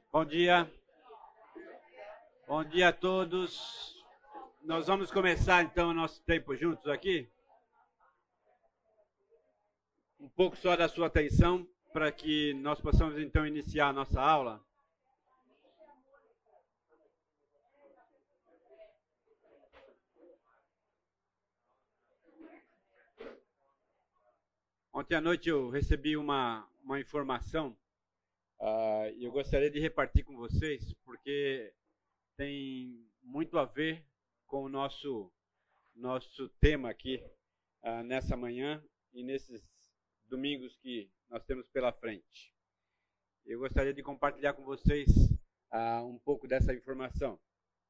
Bom dia, bom dia a todos. Nós vamos começar então o nosso tempo juntos aqui. Um pouco só da sua atenção para que nós possamos então iniciar a nossa aula. Ontem à noite eu recebi uma informação e eu gostaria de repartir com vocês, porque tem muito a ver com o nosso tema aqui nessa manhã e nesses domingos que nós temos pela frente. Eu gostaria de compartilhar com vocês um pouco dessa informação.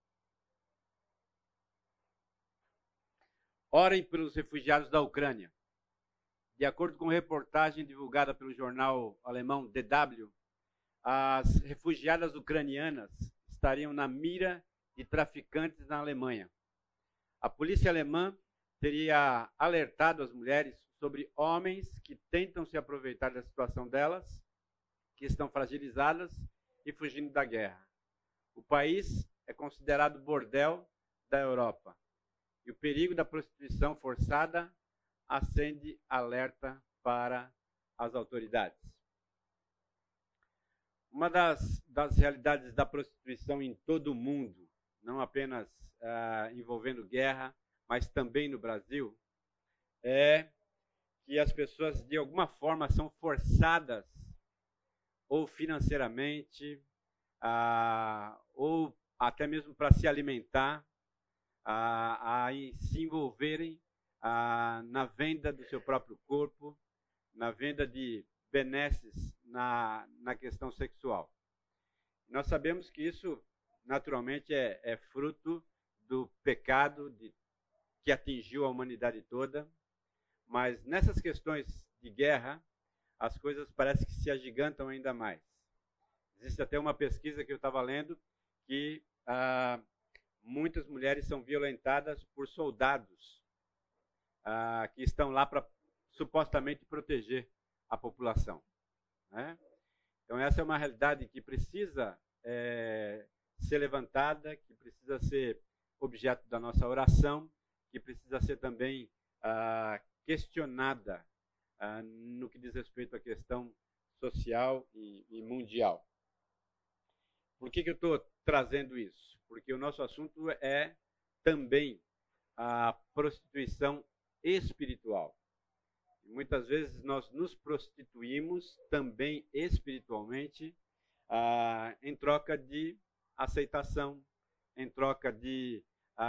Orem pelos refugiados da Ucrânia. De acordo com reportagem divulgada pelo jornal alemão DW, as refugiadas ucranianas estariam na mira de traficantes na Alemanha. A polícia alemã teria alertado as mulheres sobre homens que tentam se aproveitar da situação delas, que estão fragilizadas e fugindo da guerra. O país é considerado bordel da Europa e o perigo da prostituição forçada acende alerta para as autoridades. Uma das realidades da prostituição em todo o mundo, não apenas envolvendo guerra, mas também no Brasil, é que as pessoas de alguma forma são forçadas, ou financeiramente, ou até mesmo para se alimentar, a se envolverem na venda do seu próprio corpo, na venda de benesses na questão sexual. Nós sabemos que isso, naturalmente, é fruto do pecado que atingiu a humanidade toda, mas nessas questões de guerra, as coisas parecem que se agigantam ainda mais. Existe até uma pesquisa que eu estava lendo que muitas mulheres são violentadas por soldados que estão lá para supostamente proteger a população, né? Então essa é uma realidade que precisa ser levantada, que precisa ser objeto da nossa oração, que precisa ser também questionada no que diz respeito à questão social e mundial. Por que eu estou trazendo isso? Porque o nosso assunto é também a prostituição espiritual. Muitas vezes nós nos prostituímos também espiritualmente em troca de aceitação, em troca de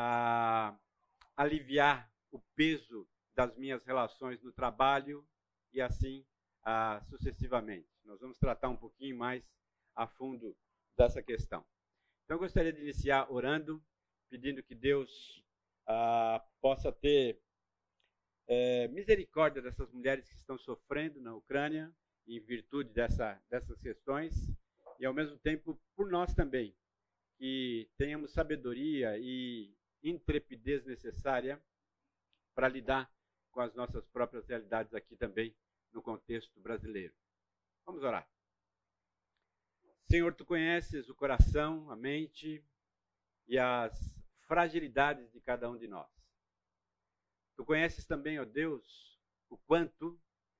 aliviar o peso das minhas relações no trabalho e assim sucessivamente. Nós vamos tratar um pouquinho mais a fundo dessa questão. Então eu gostaria de iniciar orando, pedindo que Deus possa ter misericórdia dessas mulheres que estão sofrendo na Ucrânia, em virtude dessas questões, e ao mesmo tempo por nós também, que tenhamos sabedoria e intrepidez necessária para lidar com as nossas próprias realidades aqui também, no contexto brasileiro. Vamos orar. Senhor, Tu conheces o coração, a mente e as fragilidades de cada um de nós. Tu conheces também, ó Deus, o quanto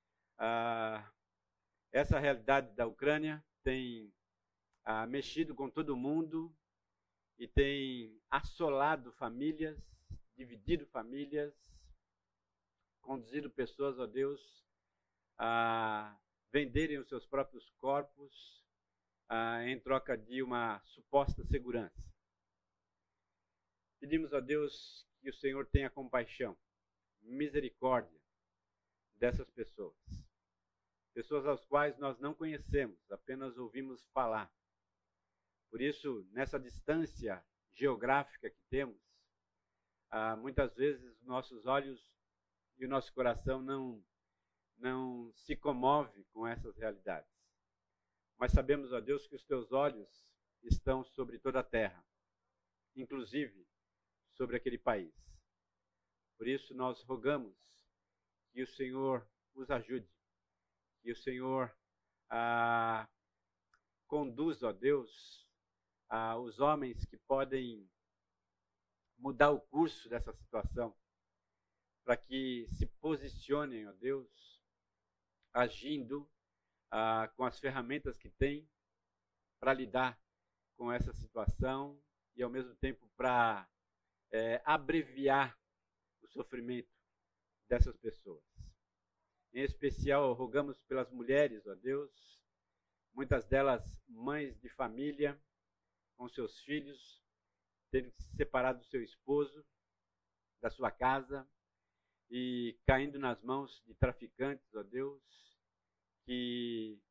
essa realidade da Ucrânia tem mexido com todo mundo e tem assolado famílias, dividido famílias, conduzido pessoas, ó Deus, a venderem os seus próprios corpos em troca de uma suposta segurança. Pedimos a Deus que o Senhor tenha compaixão, misericórdia dessas pessoas. Pessoas às quais nós não conhecemos, apenas ouvimos falar. Por isso, nessa distância geográfica que temos, muitas vezes nossos olhos e o nosso coração não se comove com essas realidades. Mas sabemos, ó Deus, que os teus olhos estão sobre toda a terra, inclusive sobre aquele país. Por isso nós rogamos que o Senhor os ajude, que o Senhor conduz, ó Deus, os homens que podem mudar o curso dessa situação, para que se posicionem, ó Deus, agindo com as ferramentas que têm para lidar com essa situação e, ao mesmo tempo, para abreviar o sofrimento dessas pessoas. Em especial, rogamos pelas mulheres, ó Deus, muitas delas mães de família, com seus filhos, tendo se separado do seu esposo, da sua casa, e caindo nas mãos de traficantes, ó Deus, que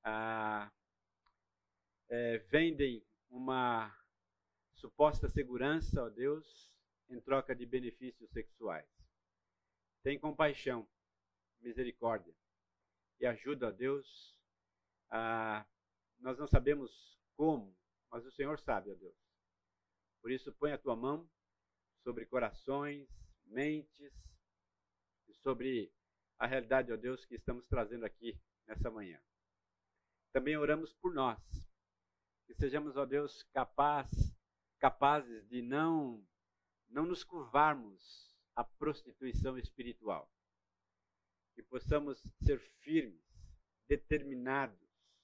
vendem uma suposta segurança, ó Deus, em troca de benefícios sexuais. Tem compaixão, misericórdia e ajuda, ó Deus. Nós não sabemos como, mas o Senhor sabe, ó Deus. Por isso, põe a tua mão sobre corações, mentes, e sobre a realidade, ó Deus, que estamos trazendo aqui nessa manhã. Também oramos por nós, que sejamos, ó Deus, capazes de não nos curvarmos à prostituição espiritual. Que possamos ser firmes, determinados,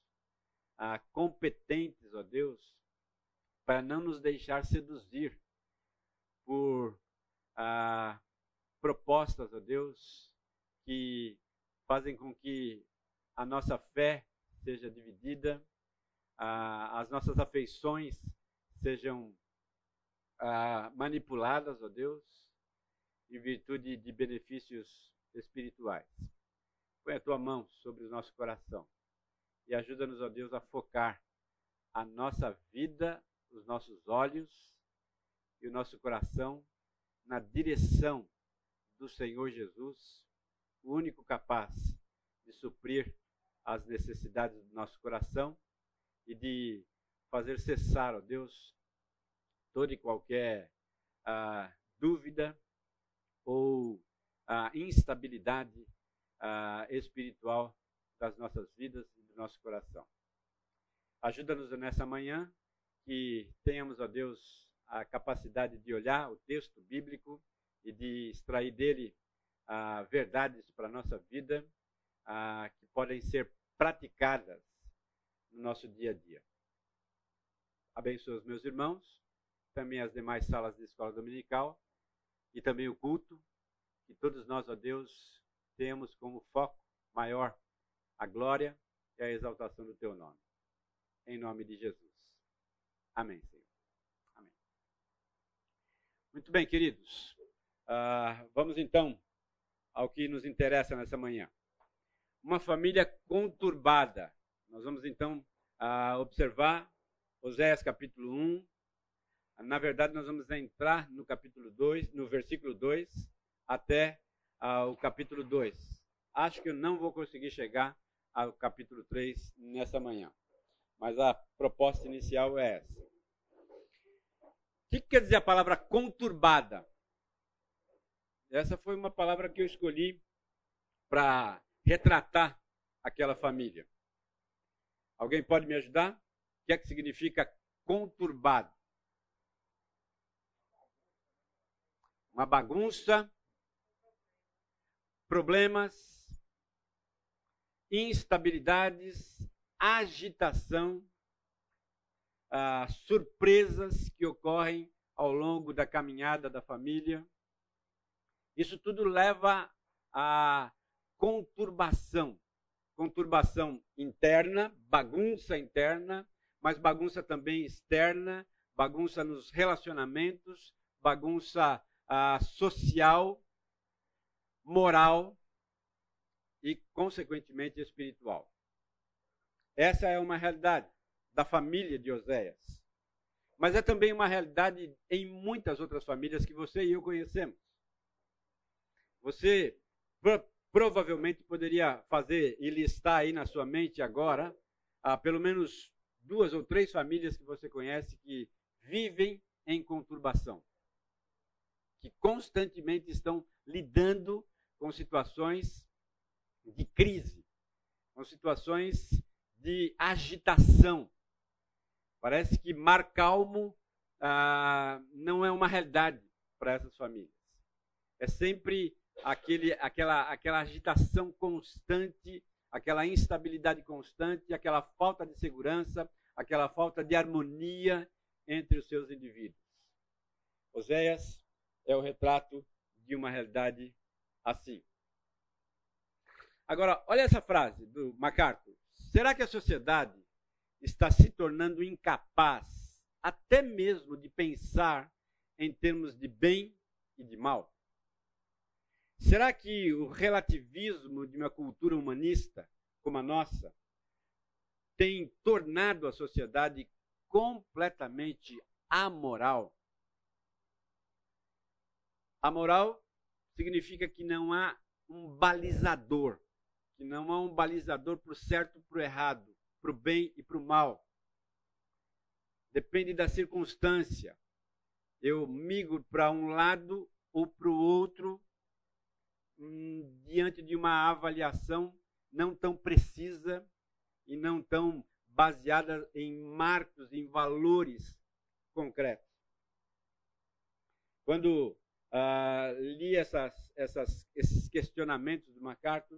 competentes, ó Deus, para não nos deixar seduzir por propostas, ó Deus, que fazem com que a nossa fé seja dividida, as nossas afeições sejam manipuladas, ó Deus, em virtude de benefícios espirituais. Põe a tua mão sobre o nosso coração e ajuda-nos, ó Deus, a focar a nossa vida, os nossos olhos e o nosso coração na direção do Senhor Jesus, o único capaz de suprir as necessidades do nosso coração e de fazer cessar, ó Deus, toda e qualquer dúvida ou instabilidade espiritual das nossas vidas e do nosso coração. Ajuda-nos nessa manhã que tenhamos, ó Deus, a capacidade de olhar o texto bíblico e de extrair dele verdades para a nossa vida que podem ser praticadas no nosso dia a dia. Abençoa os meus irmãos, também as demais salas de escola dominical e também o culto, que todos nós, ó Deus, temos como foco maior a glória e a exaltação do teu nome. Em nome de Jesus. Amém, Senhor. Amém. Muito bem, queridos. Vamos então ao que nos interessa nessa manhã. Uma família conturbada. Nós vamos então observar Oséias capítulo 1. Na verdade, nós vamos entrar no capítulo 2, no versículo 2, até o capítulo 2. Acho que eu não vou conseguir chegar ao capítulo 3 nessa manhã. Mas a proposta inicial é essa. O que quer dizer a palavra conturbada? Essa foi uma palavra que eu escolhi para retratar aquela família. Alguém pode me ajudar? O que é que significa conturbado? Uma bagunça, problemas, instabilidades, agitação, surpresas que ocorrem ao longo da caminhada da família. Isso tudo leva a conturbação. Conturbação interna, bagunça interna, mas bagunça também externa, bagunça nos relacionamentos, bagunça social, moral e, consequentemente, espiritual. Essa é uma realidade da família de Oséias. Mas é também uma realidade em muitas outras famílias que você e eu conhecemos. Você provavelmente poderia fazer e listar aí na sua mente agora pelo menos 2 ou 3 famílias que você conhece que vivem em conturbação, que constantemente estão lidando com situações de crise, com situações de agitação Parece que mar calmo não é uma realidade para essas famílias. É sempre aquela agitação constante, aquela instabilidade constante, aquela falta de segurança, aquela falta de harmonia entre os seus indivíduos. Oséias é o retrato de uma realidade assim. Agora, olha essa frase do MacArthur. Será que a sociedade está se tornando incapaz até mesmo de pensar em termos de bem e de mal? Será que o relativismo de uma cultura humanista como a nossa tem tornado a sociedade completamente amoral? Amoral significa que não há um balizador, que não há um balizador para o certo e para o errado, para o bem e para o mal. Depende da circunstância. Eu migro para um lado ou para o outro diante de uma avaliação não tão precisa e não tão baseada em marcos, em valores concretos. Quando li esses questionamentos do MacArthur,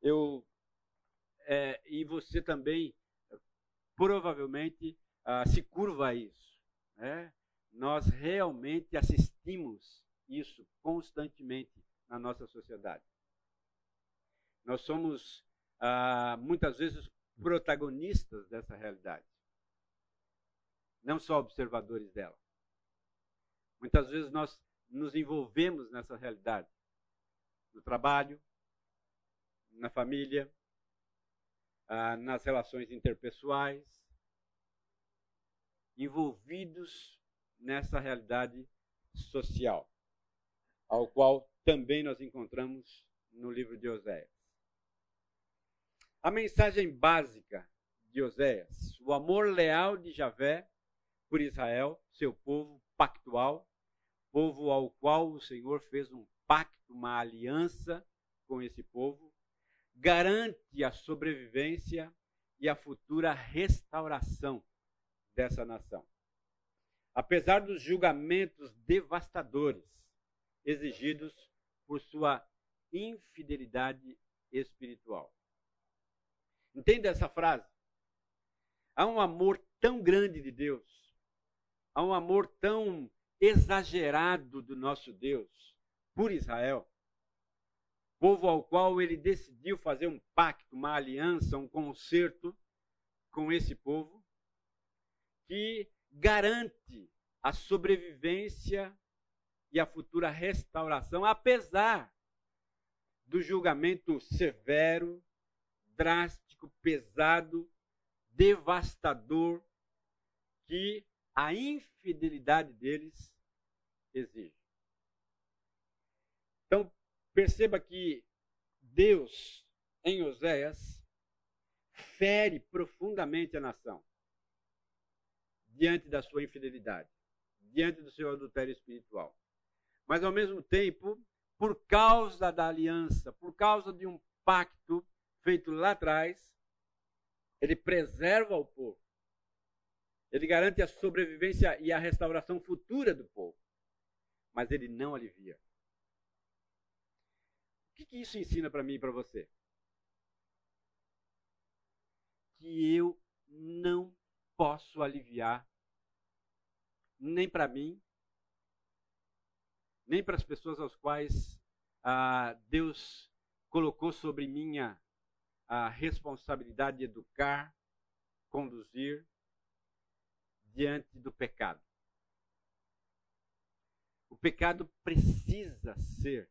e você também provavelmente se curva a isso. Né? Nós realmente assistimos isso constantemente na nossa sociedade. Nós somos, muitas vezes, protagonistas dessa realidade. Não só observadores dela. Muitas vezes nós nos envolvemos nessa realidade. No trabalho, na família, nas relações interpessoais, envolvidos nessa realidade social, ao qual também nós encontramos no livro de Oséias. A mensagem básica de Oséias, o amor leal de Javé por Israel, seu povo pactual, povo ao qual o Senhor fez um pacto, uma aliança com esse povo, garante a sobrevivência e a futura restauração dessa nação. Apesar dos julgamentos devastadores exigidos por sua infidelidade espiritual. Entenda essa frase? Há um amor tão grande de Deus, há um amor tão exagerado do nosso Deus por Israel, povo ao qual ele decidiu fazer um pacto, uma aliança, um concerto com esse povo, que garante a sobrevivência e a futura restauração, apesar do julgamento severo, drástico, pesado, devastador que a infidelidade deles exige. Então, perceba que Deus, em Oséias, fere profundamente a nação diante da sua infidelidade, diante do seu adultério espiritual. Mas, ao mesmo tempo, por causa da aliança, por causa de um pacto feito lá atrás, ele preserva o povo. Ele garante a sobrevivência e a restauração futura do povo. Mas ele não alivia. O que isso ensina para mim e para você? Que eu não posso aliviar nem para mim, nem para as pessoas aos quais Deus colocou sobre mim a responsabilidade de educar, conduzir diante do pecado. O pecado precisa ser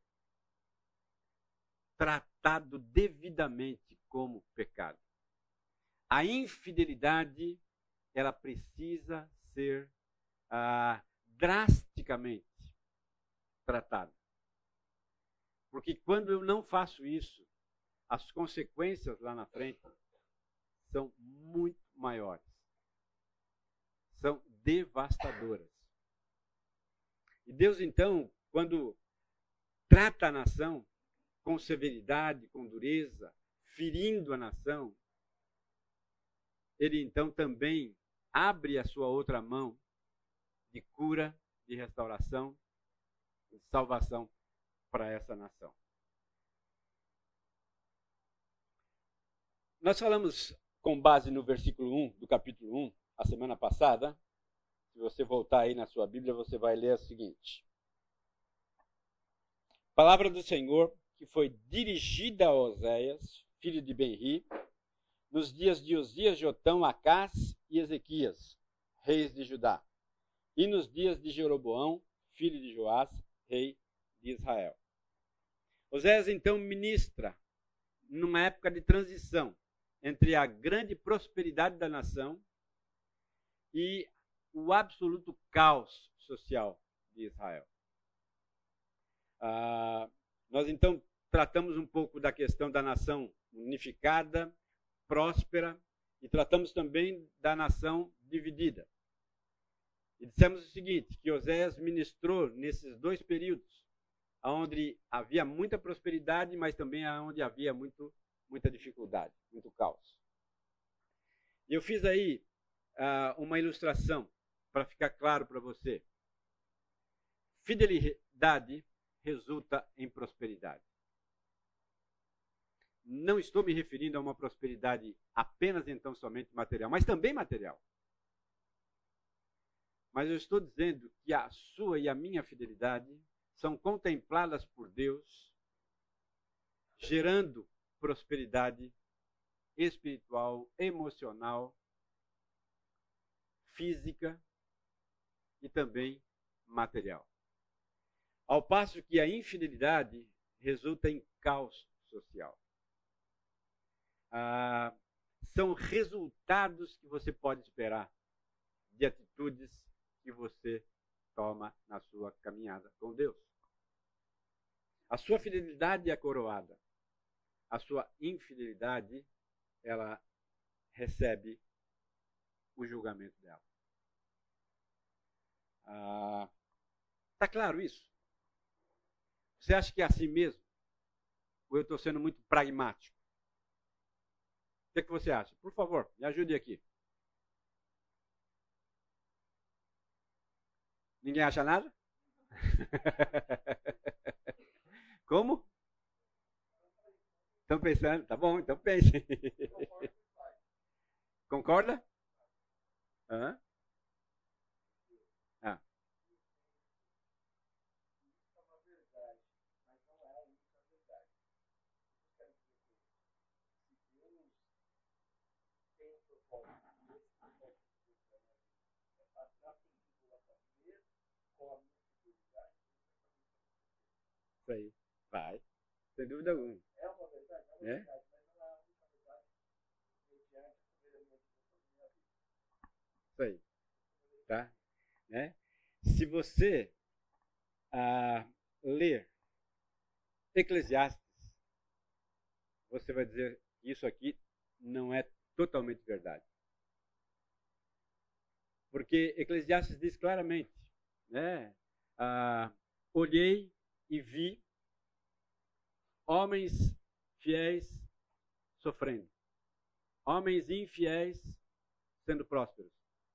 tratado devidamente como pecado. A infidelidade, ela precisa ser drasticamente tratada. Porque quando eu não faço isso, as consequências lá na frente são muito maiores. São devastadoras. E Deus, então, quando trata a nação com severidade, com dureza, ferindo a nação, ele então também abre a sua outra mão de cura, de restauração, de salvação para essa nação. Nós falamos com base no versículo 1 do capítulo 1, a semana passada. Se você voltar aí na sua Bíblia, você vai ler o seguinte. Palavra do Senhor que foi dirigida a Oséias, filho de Benri, nos dias de Osias, Jotão, Acás e Ezequias, reis de Judá, e nos dias de Jeroboão, filho de Joás, rei de Israel. Oséias então ministra numa época de transição entre a grande prosperidade da nação e o absoluto caos social de Israel. Nós então tratamos um pouco da questão da nação unificada, próspera, e tratamos também da nação dividida. E dissemos o seguinte, que Oséias ministrou nesses dois períodos, onde havia muita prosperidade, mas também onde havia muita dificuldade, muito caos. E eu fiz aí uma ilustração para ficar claro para você. Fidelidade resulta em prosperidade. Não estou me referindo a uma prosperidade apenas então somente material, mas também material. Mas eu estou dizendo que a sua e a minha fidelidade são contempladas por Deus, gerando prosperidade espiritual, emocional, física e também material. Ao passo que a infidelidade resulta em caos social. São resultados que você pode esperar de atitudes que você toma na sua caminhada com Deus. A sua fidelidade é coroada. A sua infidelidade, ela recebe o julgamento dela. Está claro isso? Você acha que é assim mesmo? Ou eu estou sendo muito pragmático? O que você acha? Por favor, me ajude aqui. Ninguém acha nada? Como? Estão pensando? Tá bom, então pense. Concorda? Ah. Isso aí. Vai. Sem dúvida alguma. É uma verdade? É uma verdade, mas não é a única verdade mediante a soberania de Deus sobre a minha vida. Isso aí. Tá? Né? Se você ler Eclesiastes, você vai dizer que isso aqui não é totalmente verdade. Porque Eclesiastes diz claramente, né? Olhei e vi homens fiéis sofrendo, homens infiéis sendo prósperos,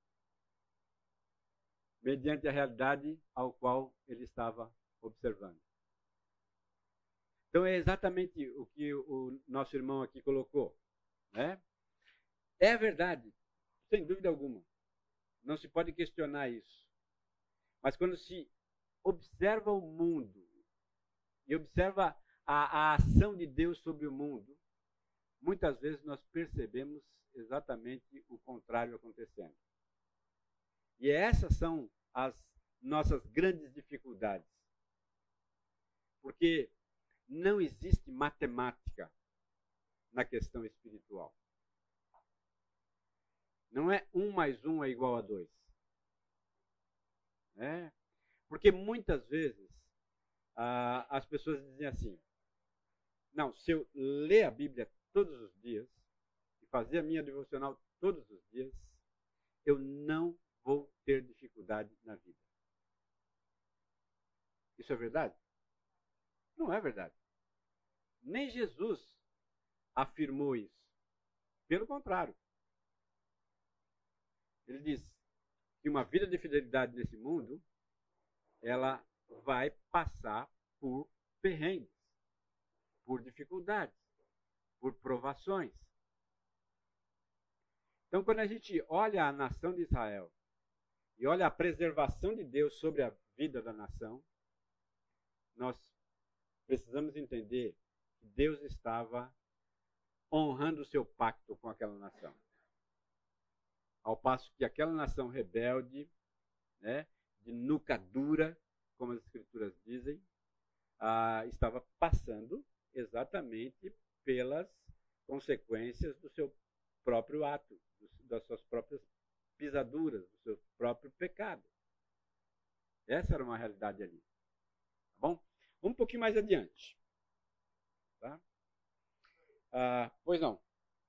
mediante a realidade ao qual ele estava observando. Então é exatamente o que o nosso irmão aqui colocou, né? É verdade, sem dúvida alguma. Não se pode questionar isso. Mas quando se observa o mundo e observa a ação de Deus sobre o mundo, muitas vezes nós percebemos exatamente o contrário acontecendo. E essas são as nossas grandes dificuldades. Porque não existe matemática na questão espiritual. Não é 1 mais 1 é igual a 2. Né? Porque muitas vezes as pessoas dizem assim, não, se eu ler a Bíblia todos os dias e fazer a minha devocional todos os dias, eu não vou ter dificuldade na vida. Isso é verdade? Não é verdade. Nem Jesus afirmou isso. Pelo contrário. Ele diz que uma vida de fidelidade nesse mundo, ela vai passar por perrengues, por dificuldades, por provações. Então, quando a gente olha a nação de Israel e olha a preservação de Deus sobre a vida da nação, nós precisamos entender que Deus estava honrando o seu pacto com aquela nação. Ao passo que aquela nação rebelde, né, de nuca dura, como as escrituras dizem, estava passando exatamente pelas consequências do seu próprio ato, das suas próprias pisaduras, do seu próprio pecado. Essa era uma realidade ali. Tá bom? Vamos um pouquinho mais adiante. Tá? Pois não.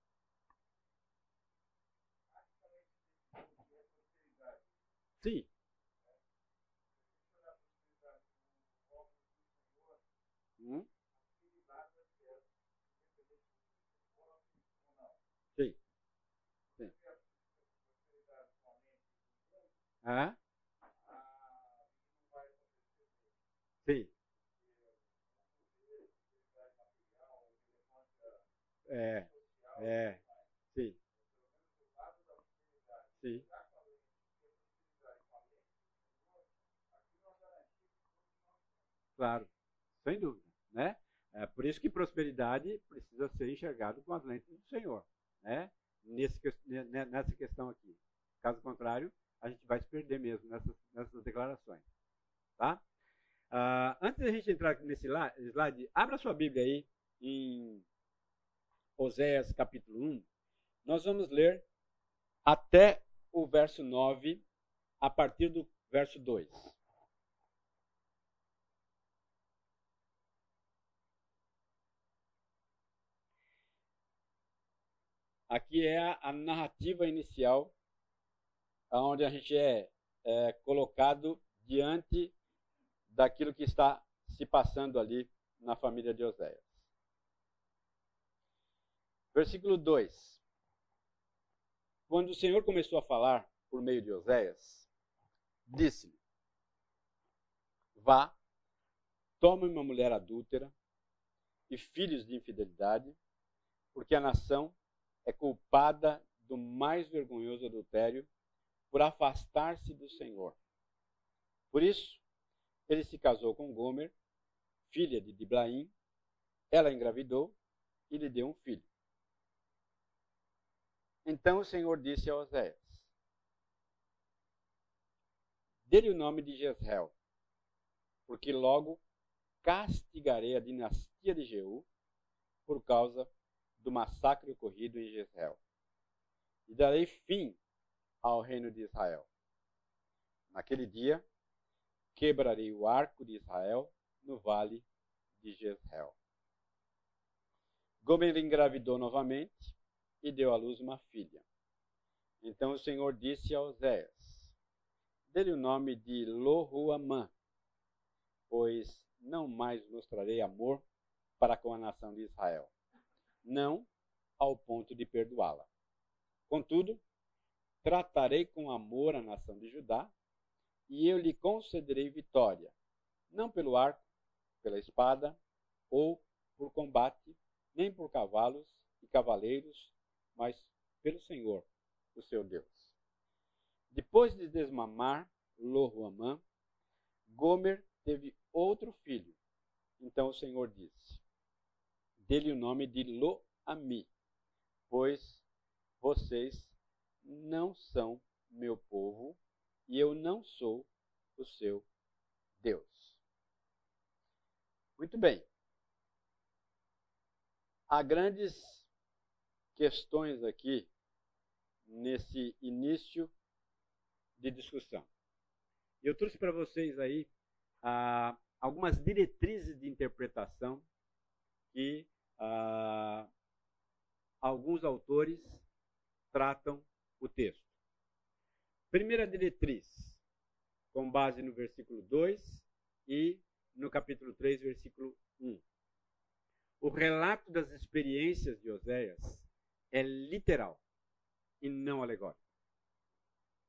Sim. Sim. Sim. Ah? Sim. Sim. Sim. Claro, sem dúvida, né? É por isso que prosperidade precisa ser enxergado com as lentes do Senhor, né? Nessa questão aqui. Caso contrário, a gente vai se perder mesmo nessas declarações, tá? Antes da gente entrar nesse slide, abra sua Bíblia aí em Oséias capítulo 1. Nós vamos ler até o verso 9, a partir do verso 2. Aqui é a narrativa inicial, onde a gente é colocado diante daquilo que está se passando ali na família de Oséias. Versículo 2. Quando o Senhor começou a falar por meio de Oséias, disse-lhe: vá, tome uma mulher adúltera e filhos de infidelidade, porque a nação é culpada do mais vergonhoso adultério por afastar-se do Senhor. Por isso, ele se casou com Gomer, filha de Diblaim, ela engravidou e lhe deu um filho. Então o Senhor disse a Oséias: dê-lhe o nome de Jezreel, porque logo castigarei a dinastia de Jeú por causa do massacre ocorrido em Jezreel, e darei fim ao reino de Israel. Naquele dia, quebrarei o arco de Israel no vale de Jezreel. Gomer engravidou novamente e deu à luz uma filha. Então o Senhor disse a Oséias: dê-lhe o nome de Lo-Ruamã, pois não mais mostrarei amor para com a nação de Israel, não ao ponto de perdoá-la. Contudo, tratarei com amor a nação de Judá, e eu lhe concederei vitória, não pelo arco, pela espada, ou por combate, nem por cavalos e cavaleiros, mas pelo Senhor, o seu Deus. Depois de desmamar Lo-Ruamã, Gomer teve outro filho. Então o Senhor disse: dê-lhe o nome de Lo-Ami, pois vocês não são meu povo e eu não sou o seu Deus. Muito bem. Há grandes questões aqui nesse início de discussão. Eu trouxe para vocês aí algumas diretrizes de interpretação que alguns autores tratam o texto. Primeira diretriz, com base no versículo 2 e no capítulo 3, versículo 1. O relato das experiências de Oséias é literal e não alegórico.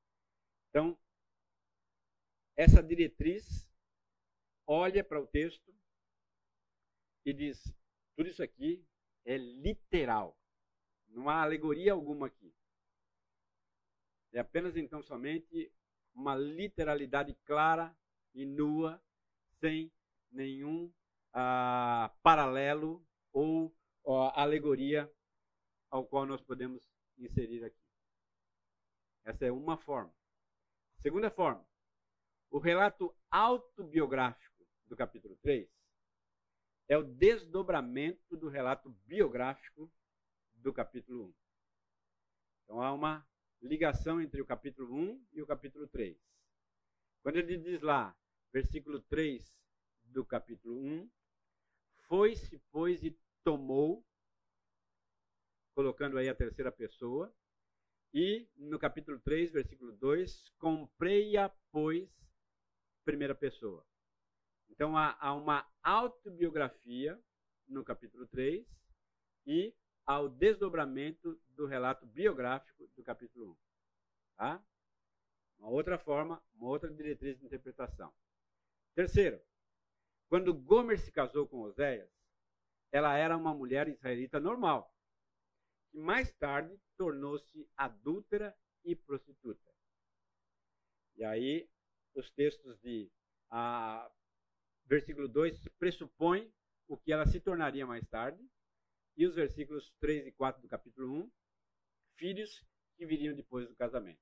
Então, essa diretriz olha para o texto e diz, tudo isso aqui é literal. Não há alegoria alguma aqui. É apenas, então, somente uma literalidade clara e nua, sem nenhum paralelo ou alegoria ao qual nós podemos inserir aqui. Essa é uma forma. Segunda forma, o relato autobiográfico do capítulo 3 é o desdobramento do relato biográfico do capítulo 1. Então há uma ligação entre o capítulo 1 e o capítulo 3. Quando ele diz lá, versículo 3 do capítulo 1, foi-se, pois, e tomou, colocando aí a terceira pessoa, e no capítulo 3, versículo 2, comprei-a, pois, primeira pessoa. Então há uma autobiografia no capítulo 3 e ao desdobramento do relato biográfico do capítulo 1. Tá? Uma outra forma, uma outra diretriz de interpretação. Terceiro, quando Gomer se casou com Oséias, ela era uma mulher israelita normal, que mais tarde tornou-se adúltera e prostituta. E aí, os textos de versículo 2 pressupõem o que ela se tornaria mais tarde, e os versículos 3 e 4 do capítulo 1, filhos que viriam depois do casamento.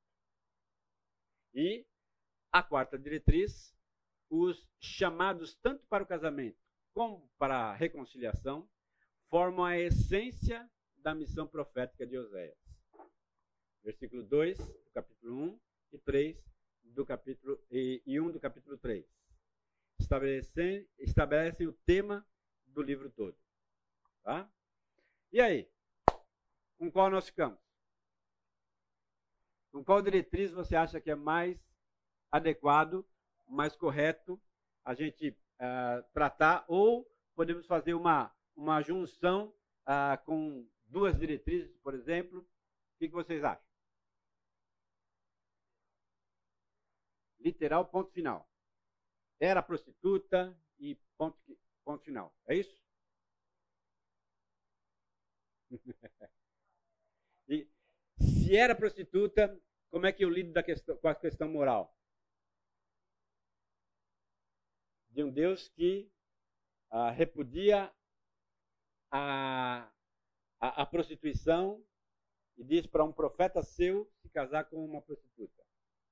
E a quarta diretriz, os chamados tanto para o casamento como para a reconciliação, formam a essência da missão profética de Oséias. Versículo 2 do capítulo 1 e 3 do capítulo e 1 do capítulo 3. Estabelecem o tema do livro todo. Tá? E aí? Com qual nós ficamos? Com qual diretriz você acha que é mais adequado, mais correto a gente tratar? Ou podemos fazer uma junção com duas diretrizes, por exemplo? O que vocês acham? Literal, ponto final. Era prostituta e ponto final. É isso? E se era prostituta, como é que eu lido com a questão moral? De um Deus que repudia a prostituição e diz para um profeta seu se casar com uma prostituta.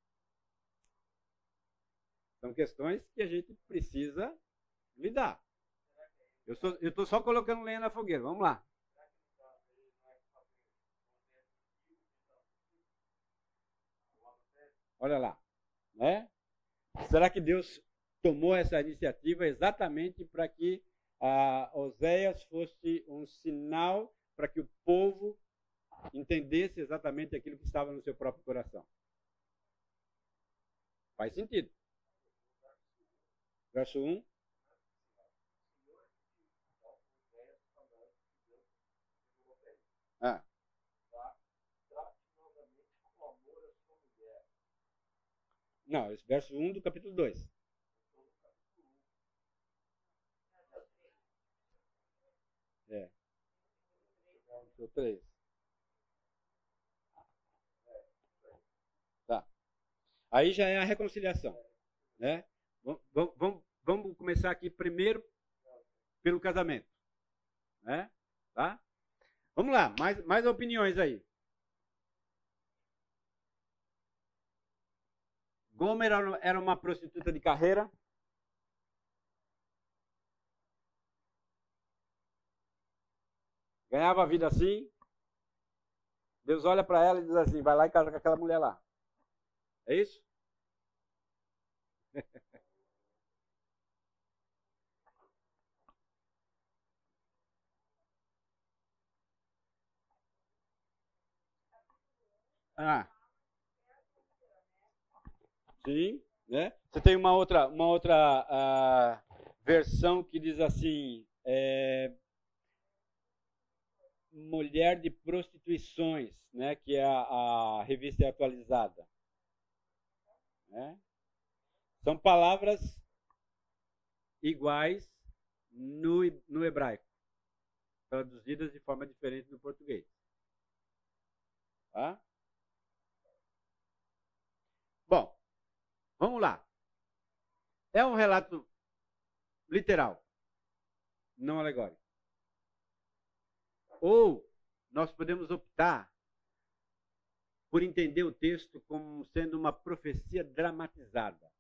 São questões que a gente precisa lidar. Eu estou só colocando lenha na fogueira. Vamos lá. Olha lá. Né? Será que Deus tomou essa iniciativa exatamente para que Oséias fosse um sinal para que o povo entendesse exatamente aquilo que estava no seu próprio coração? Faz sentido. Verso 1. Não, esse verso 1 do capítulo 2. Verso 3. Tá. Aí já é a reconciliação. Né? Vamos começar aqui primeiro pelo casamento. Né? Tá? Vamos lá, mais opiniões aí. Gomer era uma prostituta de carreira. Ganhava a vida assim. Deus olha para ela e diz assim, vai lá e casa com aquela mulher lá. É isso? Sim, né? Você tem uma outra versão que diz assim, mulher de prostituições, né? Que é a revista atualizada. São palavras iguais no hebraico, traduzidas de forma diferente no português. Tá? Bom, vamos lá. É um relato literal, não alegórico. Ou nós podemos optar por entender o texto como sendo uma profecia dramatizada,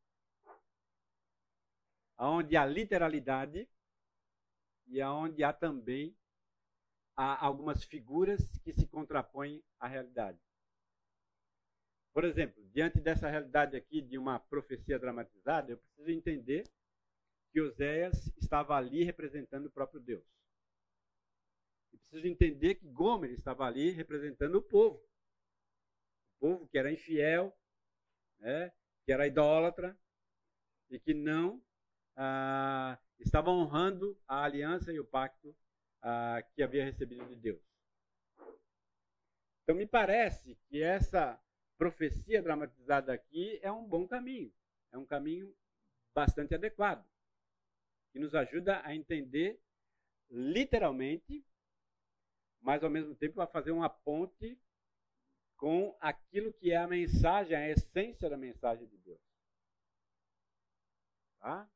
onde há literalidade e onde há também algumas figuras que se contrapõem à realidade. Por exemplo, diante dessa realidade aqui de uma profecia dramatizada, eu preciso entender que Oséias estava ali representando o próprio Deus. Eu preciso entender que Gomer estava ali representando o povo. O povo que era infiel, né, que era idólatra e que não estava honrando a aliança e o pacto que havia recebido de Deus. Então me parece que essa profecia dramatizada aqui é um bom caminho. É um caminho bastante adequado, que nos ajuda a entender literalmente, mas ao mesmo tempo a fazer uma ponte com aquilo que é a mensagem, a essência da mensagem de Deus. Tá?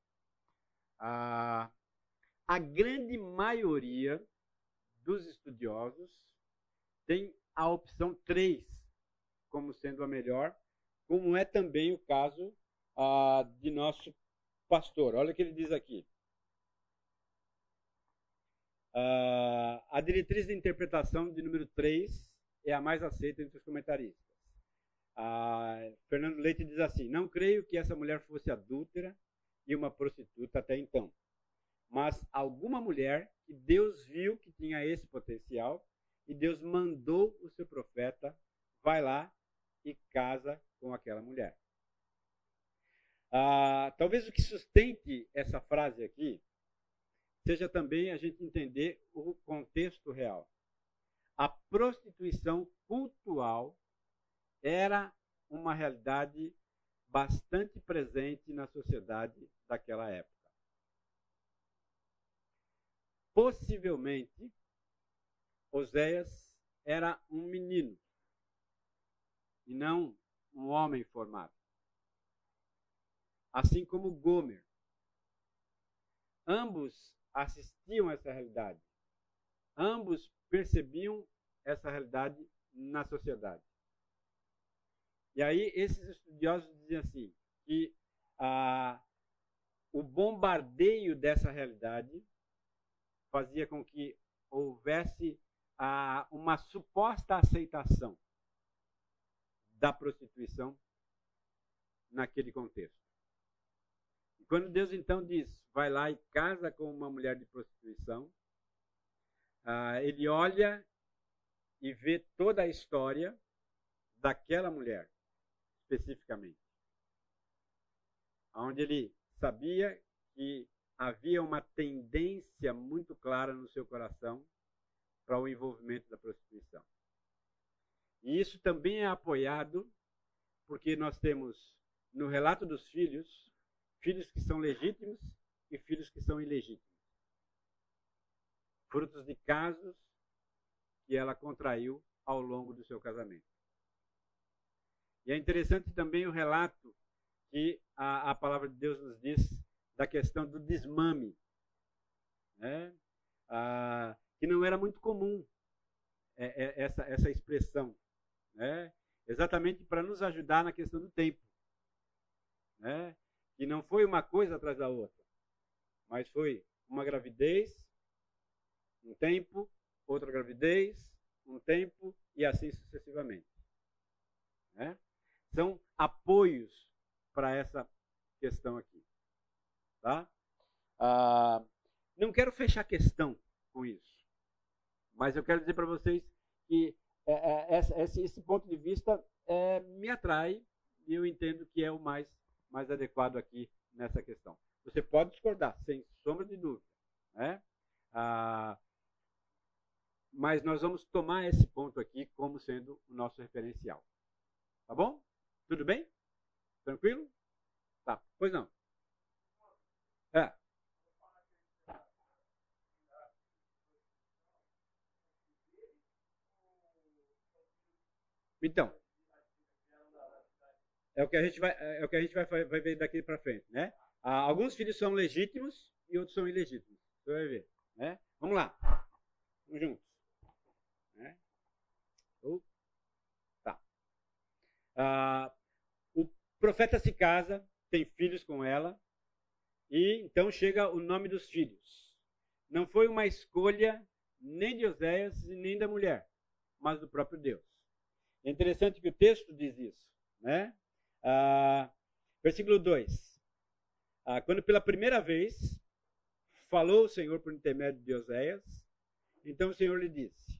A grande maioria dos estudiosos tem a opção 3 como sendo a melhor, como é também o caso de nosso pastor. Olha o que ele diz aqui. A diretriz de interpretação de número 3 é a mais aceita entre os comentaristas. Fernando Leite diz assim: não creio que essa mulher fosse adúltera e uma prostituta até então, mas alguma mulher que Deus viu que tinha esse potencial e Deus mandou o seu profeta, vai lá e casa com aquela mulher. Talvez o que sustente essa frase aqui seja também a gente entender o contexto real. A prostituição cultural era uma realidade bastante presente na sociedade daquela época. Possivelmente, Oséias era um menino e não um homem formado. Assim como Gomer. Ambos assistiam a essa realidade. Ambos percebiam essa realidade na sociedade. E aí esses estudiosos dizem assim, que o bombardeio dessa realidade fazia com que houvesse uma suposta aceitação da prostituição naquele contexto. E quando Deus então diz, vai lá e casa com uma mulher de prostituição, ele olha e vê toda a história daquela mulher, especificamente. Onde ele sabia que havia uma tendência muito clara no seu coração para o envolvimento da prostituição. E isso também é apoiado porque nós temos no relato dos filhos, filhos que são legítimos e filhos que são ilegítimos. Frutos de casos que ela contraiu ao longo do seu casamento. E é interessante também o relato que a palavra de Deus nos diz da questão do desmame, né? Que não era muito comum essa expressão, né? Exatamente para nos ajudar na questão do tempo, né? Que não foi uma coisa atrás da outra, mas foi uma gravidez, um tempo, outra gravidez, um tempo e assim sucessivamente, né? São apoios para essa questão aqui, tá? Não quero fechar questão com isso, mas eu quero dizer para vocês que esse ponto de vista me atrai e eu entendo que é o mais adequado aqui nessa questão. Você pode discordar, sem sombra de dúvida, né? Mas nós vamos tomar esse ponto aqui como sendo o nosso referencial. Tá bom? Tudo bem? Tranquilo? Tá. Pois não. É. Então, é o que a gente vai ver daqui para frente, né? Alguns filhos são legítimos e outros são ilegítimos. Você vai ver, né? Vamos lá. Vamos juntos. Né? Tá. O profeta se casa, tem filhos com ela, e então chega o nome dos filhos. Não foi uma escolha nem de Oséias e nem da mulher, mas do próprio Deus. É interessante que o texto diz isso, né? Versículo 2. Quando pela primeira vez falou o Senhor por intermédio de Oséias, então o Senhor lhe disse: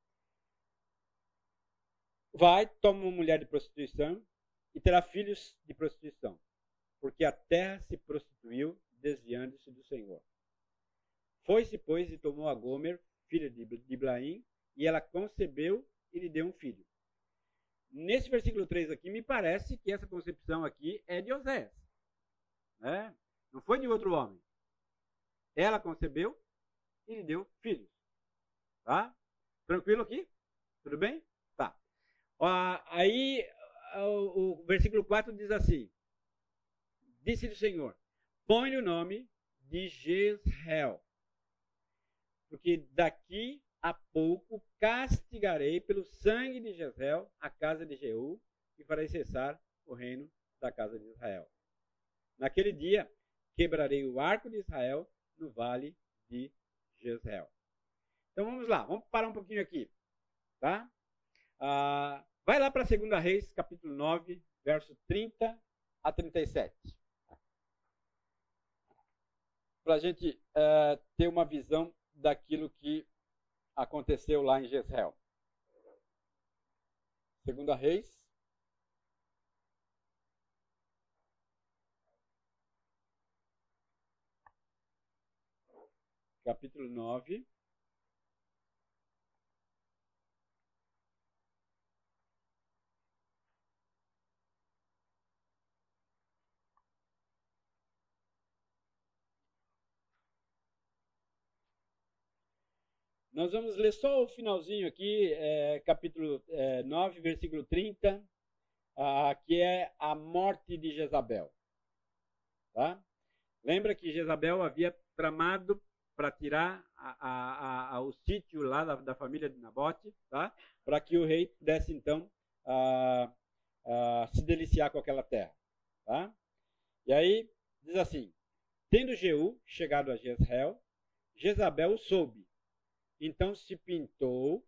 vai, toma uma mulher de prostituição e terá filhos de prostituição, porque a terra se prostituiu, desviando-se do Senhor. Foi-se, pois, e tomou a Gomer, filha de Diblaim, e ela concebeu e lhe deu um filho. Nesse versículo 3 aqui, me parece que essa concepção aqui é de Oséias. Né? Não foi de outro homem. Ela concebeu e lhe deu filhos. Tá? Tranquilo aqui? Tudo bem? Tá. Aí o versículo 4 diz assim: disse-lhe o Senhor, põe-lhe o nome de Jezreel, porque daqui a pouco castigarei pelo sangue de Jezreel a casa de Jeú e farei cessar o reino da casa de Israel. Naquele dia quebrarei o arco de Israel no vale de Jezreel. Então vamos lá, vamos parar um pouquinho aqui. Tá? Vai lá para 2 Reis, capítulo 9, verso 30 a 37. Para a gente ter uma visão daquilo que aconteceu lá em Jezreel. 2 Reis, capítulo 9. Nós vamos ler só o finalzinho aqui, capítulo 9, versículo 30, que é a morte de Jezabel. Tá? Lembra que Jezabel havia tramado para tirar o sítio lá da família de Nabote, tá? Para que o rei pudesse então se deliciar com aquela terra. Tá? E aí diz assim: tendo Jeú chegado a Jezreel, Jezabel o soube. Então se pintou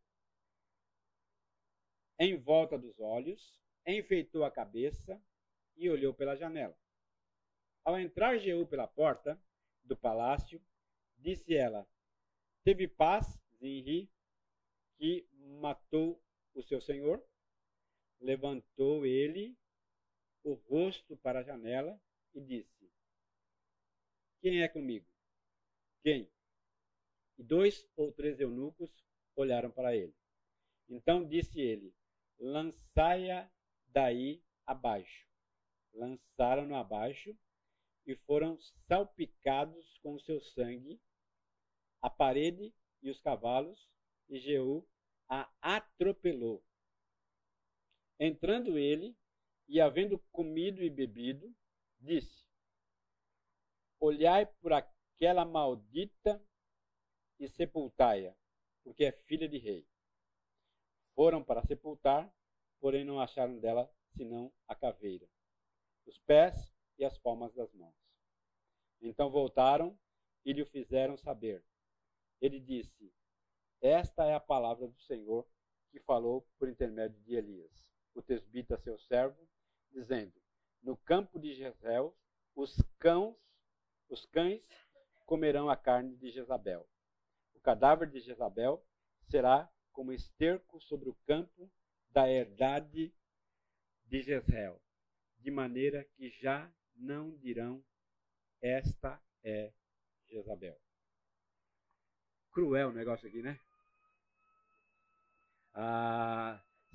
em volta dos olhos, enfeitou a cabeça e olhou pela janela. Ao entrar Jeú pela porta do palácio, disse ela: teve paz, Zinri, que matou o seu senhor? Levantou ele o rosto para a janela e disse: quem é comigo? Quem? E 2 ou 3 eunucos olharam para ele. Então disse ele: lançai-a daí abaixo. Lançaram-no abaixo e foram salpicados com o seu sangue a parede e os cavalos, e Jeú a atropelou. Entrando ele, e havendo comido e bebido, disse: olhai por aquela maldita e sepultai-a, porque é filha de rei. Foram para sepultar, porém não acharam dela senão a caveira, os pés e as palmas das mãos. Então voltaram e lhe fizeram saber. Ele disse: esta é a palavra do Senhor que falou por intermédio de Elias, o tesbita seu servo, dizendo: no campo de Jezreel os cães comerão a carne de Jezabel. O cadáver de Jezabel será como esterco sobre o campo da herdade de Jezreel, de maneira que já não dirão: esta é Jezabel. Cruel o negócio aqui, né?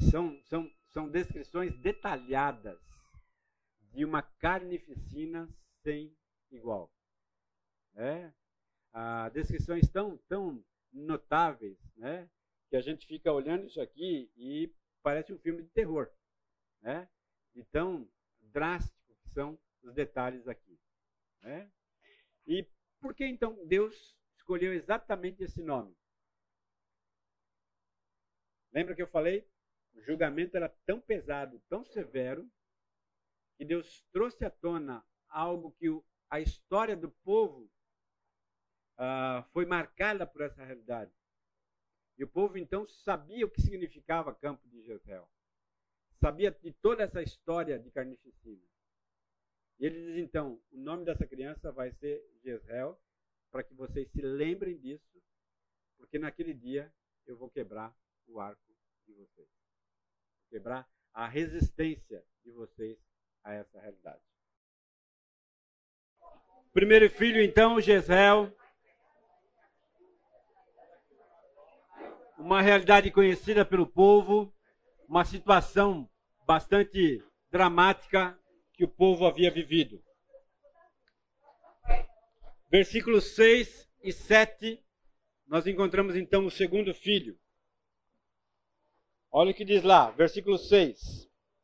São descrições detalhadas de uma carnificina sem igual. Descrições tão notáveis, né? Que a gente fica olhando isso aqui e parece um filme de terror, né? De tão drástico que são os detalhes aqui, né? E por que então Deus escolheu exatamente esse nome? Lembra que eu falei? O julgamento era tão pesado, tão severo, que Deus trouxe à tona algo que a história do povo foi marcada por essa realidade. E o povo então sabia o que significava Campo de Jezreel. Sabia de toda essa história de carnificina. E ele diz então, o nome dessa criança vai ser Jezreel, para que vocês se lembrem disso, porque naquele dia eu vou quebrar o arco de vocês. Vou quebrar a resistência de vocês a essa realidade. Primeiro filho então, Jezreel. Uma realidade conhecida pelo povo, uma situação bastante dramática que o povo havia vivido. Versículos 6 e 7, nós encontramos então o segundo filho. Olha o que diz lá, versículo 6.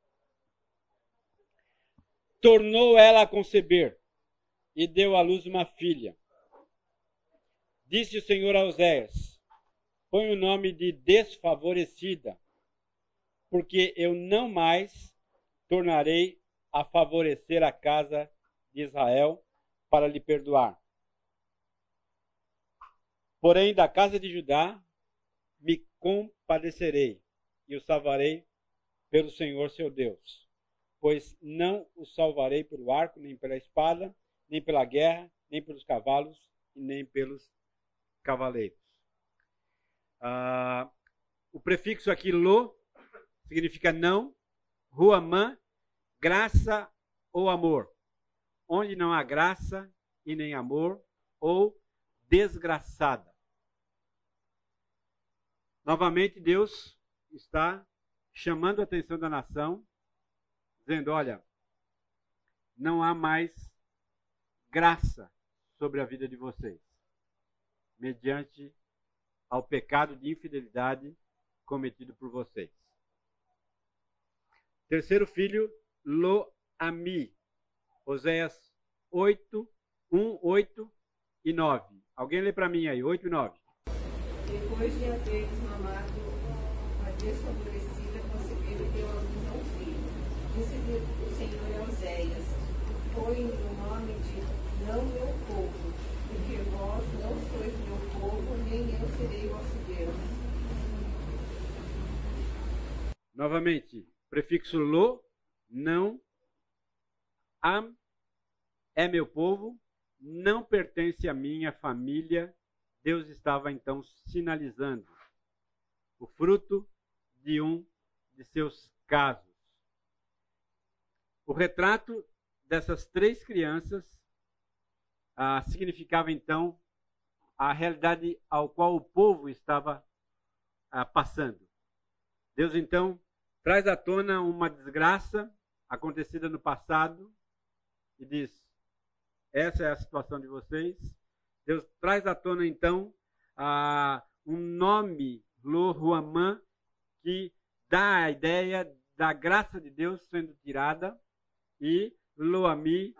Tornou ela a conceber e deu à luz uma filha. Disse o Senhor a Oséias: põe o nome de desfavorecida, porque eu não mais tornarei a favorecer a casa de Israel para lhe perdoar. Porém, da casa de Judá me compadecerei e o salvarei pelo Senhor seu Deus. Pois não o salvarei pelo arco, nem pela espada, nem pela guerra, nem pelos cavalos e nem pelos cavaleiros. O prefixo aqui, lo, significa não, ruamã, graça ou amor. Onde não há graça e nem amor, ou desgraçada. Novamente, Deus está chamando a atenção da nação, dizendo, olha, não há mais graça sobre a vida de vocês, mediante ao pecado de infidelidade cometido por vocês. Terceiro filho, Lo-Ami. Oséias 8, 1, 8 e 9. Alguém lê para mim aí, 8 e 9. Depois de haveres mamado a desfavorecida, concebeu e deu à luz a um filho. Disse-lhe o Senhor a Oséias: põe o nome de não meu povo, porque vós não sois meu povo, nem eu serei vosso Deus. Novamente, prefixo lo, não, am, é meu povo, não pertence à minha família. Deus estava então sinalizando o fruto de um de seus casos. O retrato dessas três crianças significava então a realidade ao qual o povo estava passando. Deus então traz à tona uma desgraça acontecida no passado e diz, essa é a situação de vocês. Deus traz à tona, então, um nome, Lo-Ruamã, que dá a ideia da graça de Deus sendo tirada, e Lo-Ami,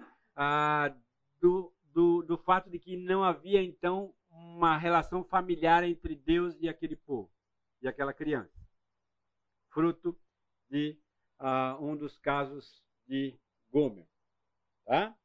do fato de que não havia, então, uma relação familiar entre Deus e aquele povo, e aquela criança. Fruto de um dos casos de Gomer. Tá?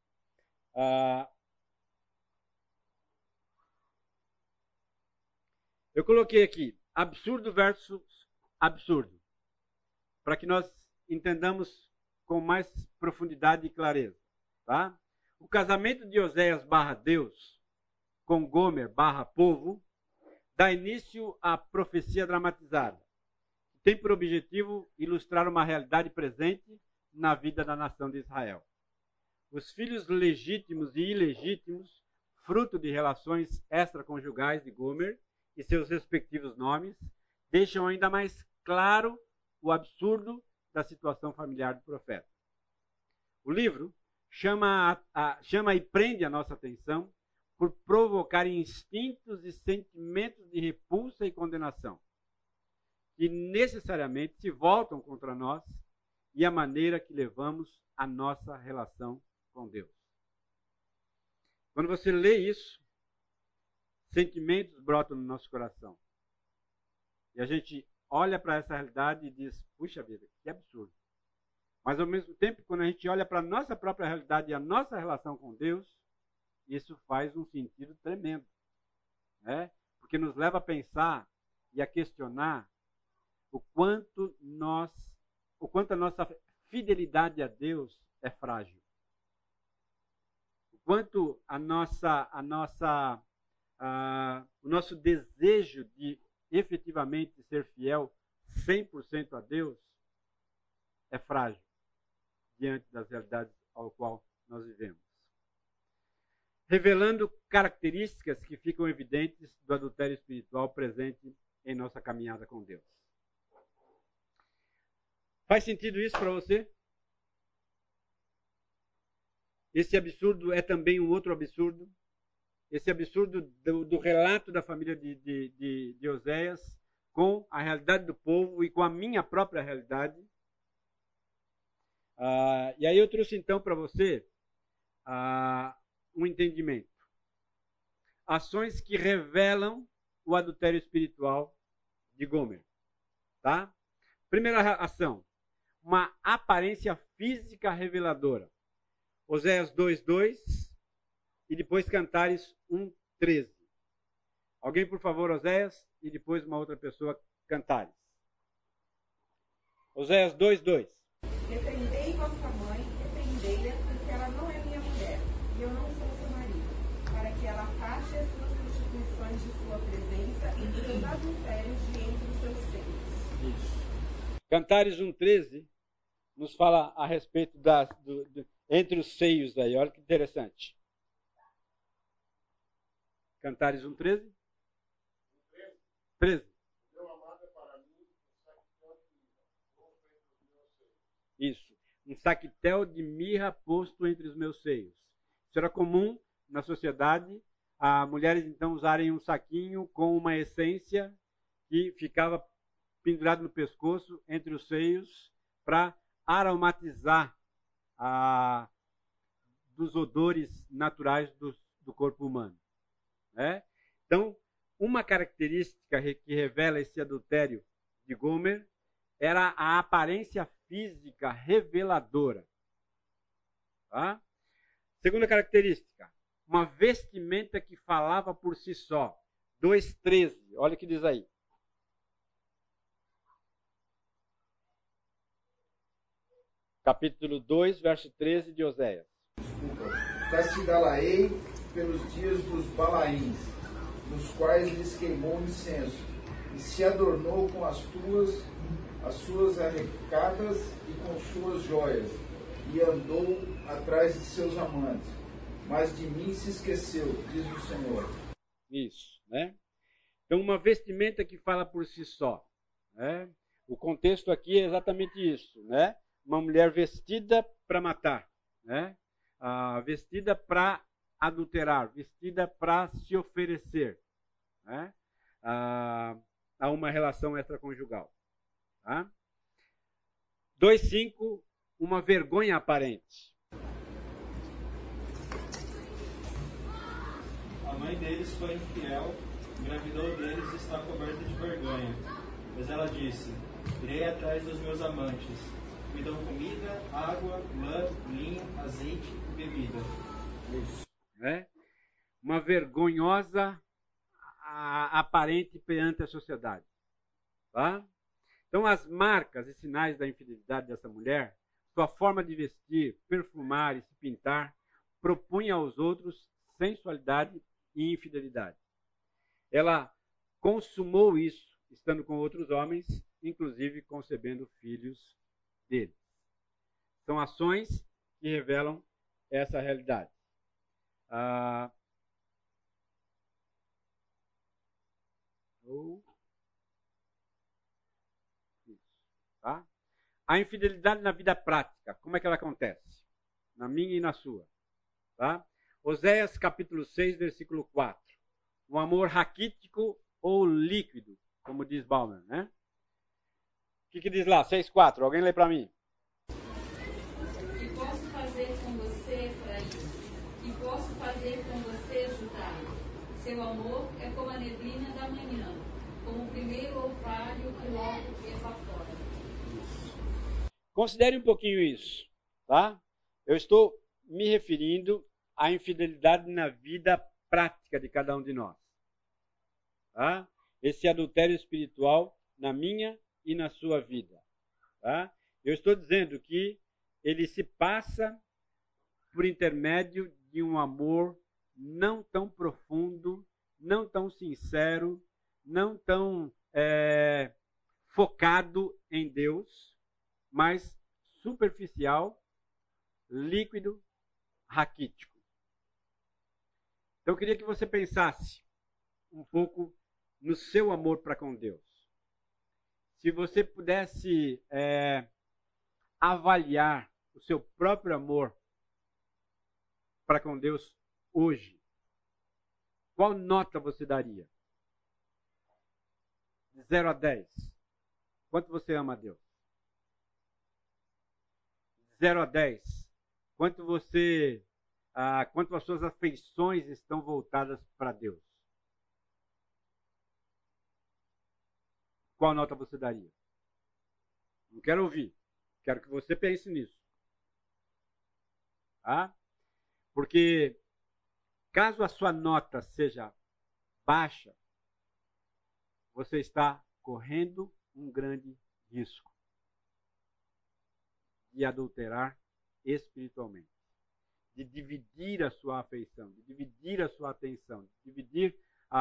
Eu coloquei aqui absurdo versus absurdo, para que nós entendamos com mais profundidade e clareza. Tá? O casamento de Oséias /Deus com Gomer /povo dá início à profecia dramatizada, que tem por objetivo ilustrar uma realidade presente na vida da nação de Israel. Os filhos legítimos e ilegítimos, fruto de relações extraconjugais de Gomer e seus respectivos nomes, deixam ainda mais claro o absurdo da situação familiar do profeta. O livro chama e prende a nossa atenção por provocar instintos e sentimentos de repulsa e condenação, que necessariamente se voltam contra nós e a maneira que levamos a nossa relação com Deus. Quando você lê isso, sentimentos brotam no nosso coração. E a gente olha para essa realidade e diz, puxa vida, que absurdo. Mas ao mesmo tempo, quando a gente olha para a nossa própria realidade e a nossa relação com Deus, isso faz um sentido tremendo, né? Porque nos leva a pensar e a questionar o quanto a nossa fidelidade a Deus é frágil. O quanto o nosso desejo de efetivamente ser fiel 100% a Deus é frágil diante das realidades ao qual nós vivemos. Revelando características que ficam evidentes do adultério espiritual presente em nossa caminhada com Deus. Faz sentido isso para você? Esse absurdo é também um outro absurdo. Esse absurdo do relato da família de Oséias com a realidade do povo e com a minha própria realidade. E aí eu trouxe então para você um entendimento. Ações que revelam o adultério espiritual de Gomer. Tá? Primeira ação. Uma aparência física reveladora. Oséias 2:2 e depois Cantares 1:13. Alguém, por favor, Oséias, e depois uma outra pessoa, Cantares. Oséias 2:2. Repreendei vossa mãe, repreendei-a, porque ela não é minha mulher, e eu não sou seu marido, para que ela afaste as suas prostituições de sua presença e os seus adultérios de entre os seus seios. Isso. Cantares 1:13 nos fala a respeito entre os seios aí. Olha que interessante. Cantares 1:13? 13. Isso. Um saquitel de mirra posto entre os meus seios. Isso era comum na sociedade. As mulheres então usarem um saquinho com uma essência que ficava pendurado no pescoço entre os seios para aromatizar dos odores naturais do corpo humano. Né? Então, uma característica que revela esse adultério de Gomer era a aparência física reveladora. Tá? Segunda característica, uma vestimenta que falava por si só. 2:13, olha o que diz aí. Capítulo 2, verso 13 de Oséias. Castigá-la-ei pelos dias dos Balaíns, nos quais lhes queimou incenso, e se adornou com as suas arrecadas e com suas joias, e andou atrás de seus amantes, mas de mim se esqueceu, diz o Senhor. Isso, né? Então, uma vestimenta que fala por si só. Né? O contexto aqui é exatamente isso, né? Uma mulher vestida para matar, né? Vestida para adulterar, vestida para se oferecer, né? A uma relação extraconjugal. Tá? 2:5, uma vergonha aparente. A mãe deles foi infiel, engravidou deles e está coberta de vergonha. Mas ela disse, irei atrás dos meus amantes. Me dão comida, água, lã, linho, azeite e bebida. Isso. Né? Uma vergonhosa aparente perante a sociedade. Tá? Então, as marcas e sinais da infidelidade dessa mulher, sua forma de vestir, perfumar e se pintar, propunha aos outros sensualidade e infidelidade. Ela consumou isso, estando com outros homens, inclusive concebendo filhos deles. São ações que revelam essa realidade. Tá? A infidelidade na vida prática, como é que ela acontece? na minha e na sua. Tá? Oséias capítulo 6, versículo 4. Um amor raquítico ou líquido, como diz Bauman, né? O que diz lá? 6,4. Alguém lê para mim. Que posso fazer com você, Efraim? Que posso fazer com você, Judá? Seu amor é como a neblina da manhã, como o primeiro orvalho que logo evapora. Considere um pouquinho isso, tá? Eu estou me referindo à infidelidade na vida prática de cada um de nós. Tá? Esse adultério espiritual na minha e na sua vida. Tá? Eu estou dizendo que ele se passa por intermédio de um amor não tão profundo, não tão sincero, não tão focado em Deus, mas superficial, líquido, raquítico. Então eu queria que você pensasse um pouco no seu amor para com Deus. Se você pudesse avaliar o seu próprio amor para com Deus hoje, qual nota você daria? De 0 a 10. Quanto você ama a Deus? De 0 a 10. Quanto as suas afeições estão voltadas para Deus? Qual nota você daria? Não quero ouvir. Quero que você pense nisso. Tá? Porque caso a sua nota seja baixa, você está correndo um grande risco de adulterar espiritualmente, de dividir a sua afeição, de dividir a sua atenção, de dividir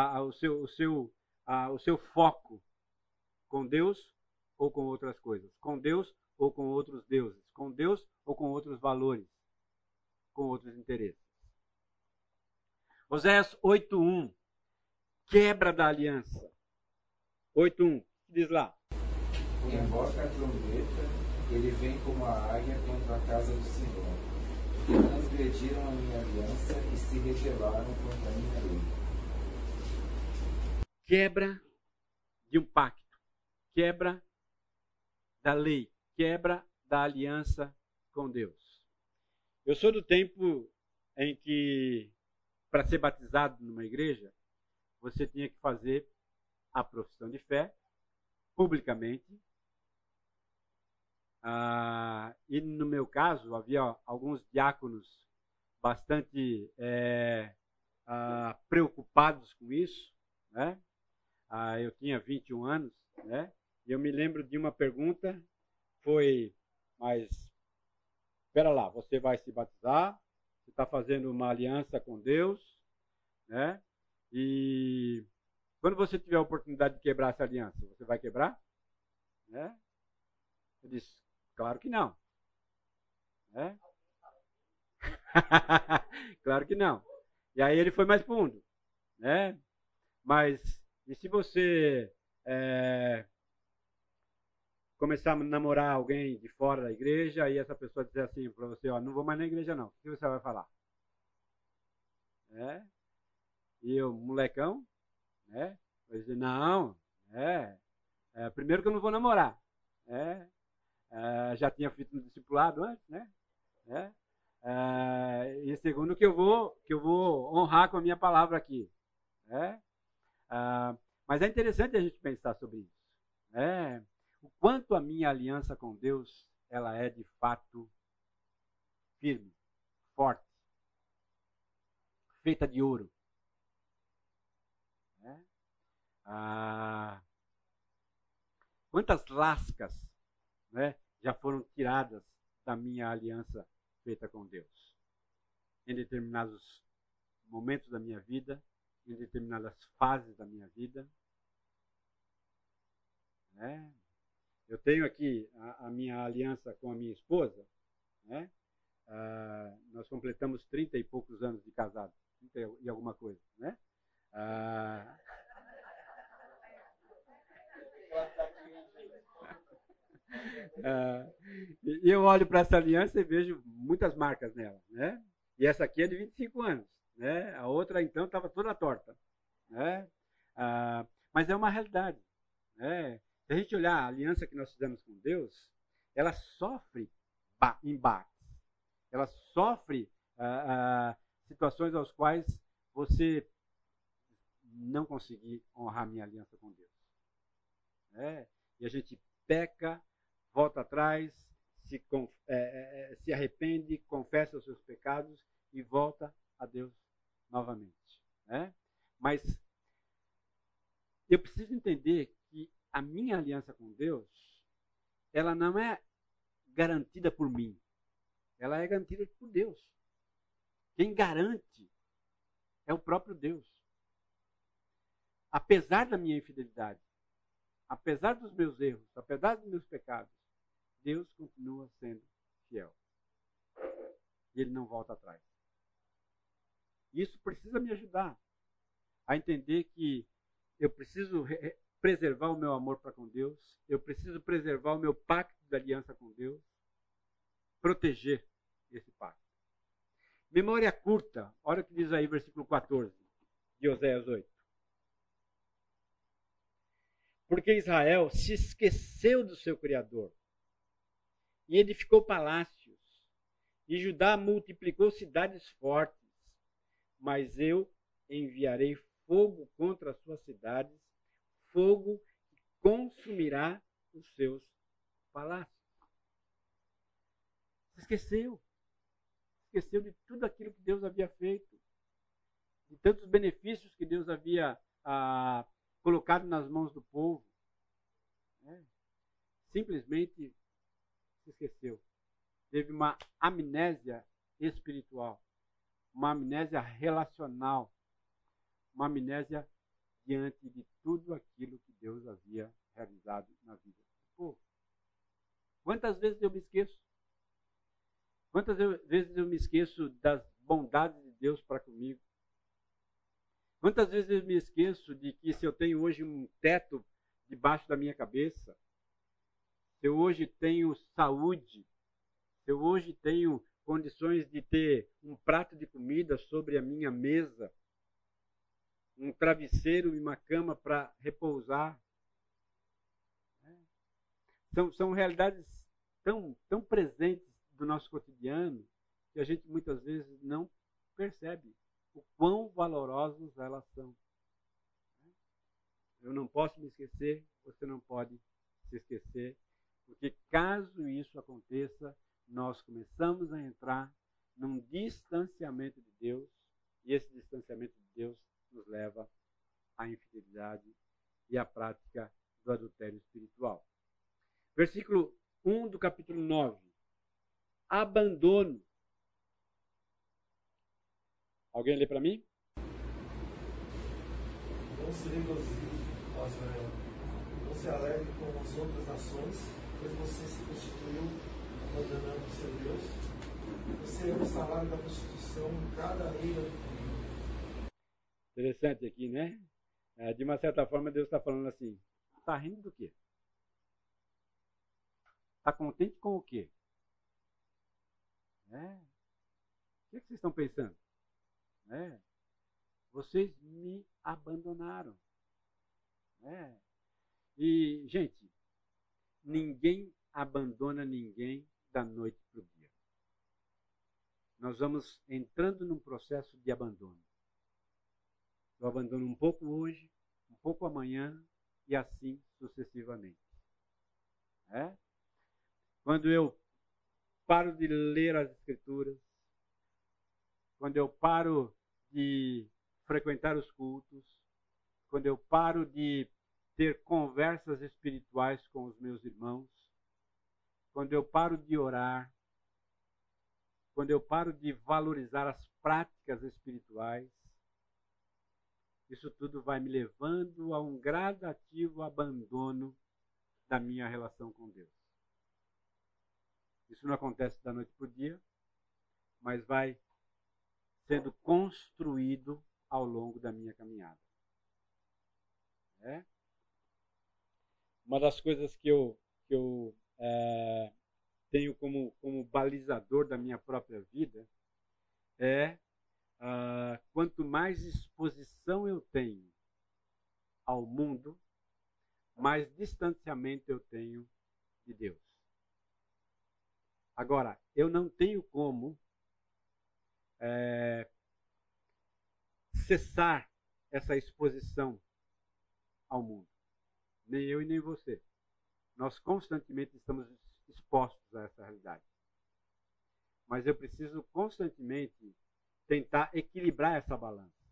o seu foco com Deus ou com outras coisas, com Deus ou com outros deuses, com Deus ou com outros valores, com outros interesses. Oséias 8:1, quebra da aliança. 8:1, diz lá. Emboca a trombeta, ele vem como a águia contra a casa do Senhor. Transgrediram a minha aliança e se rebelaram contra a minha lei. Quebra de um pacto, quebra da lei, quebra da aliança com Deus. Eu sou do tempo em que, para ser batizado numa igreja, você tinha que fazer a profissão de fé publicamente. E no meu caso, havia alguns diáconos bastante preocupados com isso, né? Eu tinha 21 anos, né? E eu me lembro de uma pergunta, mas espera lá, você vai se batizar, você está fazendo uma aliança com Deus, né? E quando você tiver a oportunidade de quebrar essa aliança, você vai quebrar? Né? Eu disse, claro que não. Né? Claro que não. E aí ele foi mais fundo. Né? Mas, e se você começar a namorar alguém de fora da igreja e essa pessoa dizer assim para você, não vou mais na igreja não, o que você vai falar? E eu, molecão, né? Eu disse, não, primeiro que eu não vou namorar, já tinha feito um discipulado antes, né? E segundo que eu vou honrar com a minha palavra aqui, mas é interessante a gente pensar sobre isso, o quanto a minha aliança com Deus ela é de fato firme, forte, feita de ouro. Quantas lascas, né, já foram tiradas da minha aliança feita com Deus em determinados momentos da minha vida, em determinadas fases da minha vida, né? Eu tenho aqui a minha aliança com a minha esposa, né? Nós completamos 30 e poucos anos de casado, 30 e alguma coisa, né? E eu olho para essa aliança e vejo muitas marcas nela, né? E essa aqui é de 25 anos, né? A outra, então, estava toda torta, né? Mas é uma realidade, né? Se a gente olhar a aliança que nós fizemos com Deus, ela sofre embates, ela sofre situações aos quais você não conseguir honrar minha aliança com Deus, né? E a gente peca, volta atrás, se arrepende, confessa os seus pecados e volta a Deus novamente, né? Mas eu preciso entender que a minha aliança com Deus, ela não é garantida por mim, ela é garantida por Deus. Quem garante é o próprio Deus. Apesar da minha infidelidade, apesar dos meus erros, apesar dos meus pecados, Deus continua sendo fiel. E Ele não volta atrás. Isso precisa me ajudar a entender que eu preciso preservar o meu amor para com Deus, eu preciso preservar o meu pacto de aliança com Deus, proteger esse pacto. Memória curta, olha o que diz aí versículo 14 de Oséias 8. Porque Israel se esqueceu do seu Criador e edificou palácios, e Judá multiplicou cidades fortes, mas eu enviarei fogo contra as suas cidades, fogo que consumirá os seus palácios. Se esqueceu. Esqueceu de tudo aquilo que Deus havia feito, de tantos benefícios que Deus havia colocado nas mãos do povo. Simplesmente se esqueceu. Teve uma amnésia espiritual, uma amnésia relacional, uma amnésia diante de tudo aquilo que Deus havia realizado na vida do povo. Quantas vezes eu me esqueço? Quantas vezes eu me esqueço das bondades de Deus para comigo? Quantas vezes eu me esqueço de que se eu tenho hoje um teto debaixo da minha cabeça, se eu hoje tenho saúde, se eu hoje tenho condições de ter um prato de comida sobre a minha mesa, um travesseiro e uma cama para repousar. São realidades tão presentes do nosso cotidiano que a gente muitas vezes não percebe o quão valorosos elas são. Eu não posso me esquecer, você não pode se esquecer, porque caso isso aconteça, nós começamos a entrar num distanciamento de Deus, e esse distanciamento de Deus nos leva à infidelidade e à prática do adultério espiritual. Versículo 1 do capítulo 9. Abandono. Alguém lê para mim? Não se regozije, ó Israel. Não se alegre como as outras nações, pois você se prostituiu abandonando o seu Deus. Você é o salário da prostituição em cada ilha do mundo. Interessante aqui, né? De uma certa forma, Deus está falando assim: está rindo do quê? Está contente com o quê? O que vocês estão pensando? Vocês me abandonaram. E, gente, ninguém abandona ninguém da noite para o dia. Nós vamos entrando num processo de abandono. Eu abandono um pouco hoje, um pouco amanhã e assim sucessivamente. Quando eu paro de ler as Escrituras, quando eu paro de frequentar os cultos, quando eu paro de ter conversas espirituais com os meus irmãos, quando eu paro de orar, quando eu paro de valorizar as práticas espirituais, isso tudo vai me levando a um gradativo abandono da minha relação com Deus. Isso não acontece da noite para o dia, mas vai sendo construído ao longo da minha caminhada. Uma das coisas que eu tenho como balizador da minha própria vida é quanto mais exposição eu tenho ao mundo, mais distanciamento eu tenho de Deus. Agora, eu não tenho como cessar essa exposição ao mundo. Nem eu e nem você. Nós constantemente estamos expostos a essa realidade. Mas eu preciso constantemente tentar equilibrar essa balança.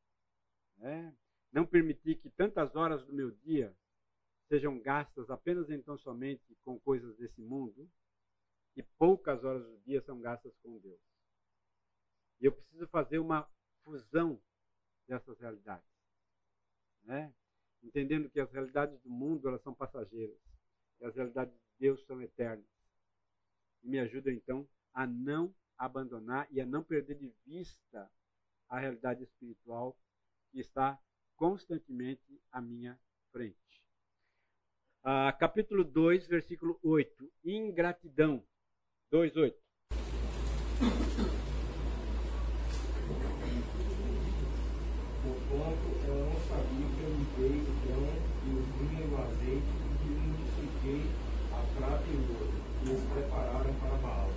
Não permitir que tantas horas do meu dia sejam gastas apenas então somente com coisas desse mundo e poucas horas do dia são gastas com Deus. E eu preciso fazer uma fusão dessas realidades. Entendendo que as realidades do mundo elas são passageiras e as realidades de Deus são eternas. E me ajuda então a não abandonar e a não perder de vista a realidade espiritual que está constantemente à minha frente. Capítulo 2, versículo 8. Ingratidão. 2:8. Porquanto ela não sabia que eu limpei o pão e o vinho e o azeite e que lhe multipliquei a prata e o ouro, e eles prepararam para Baal.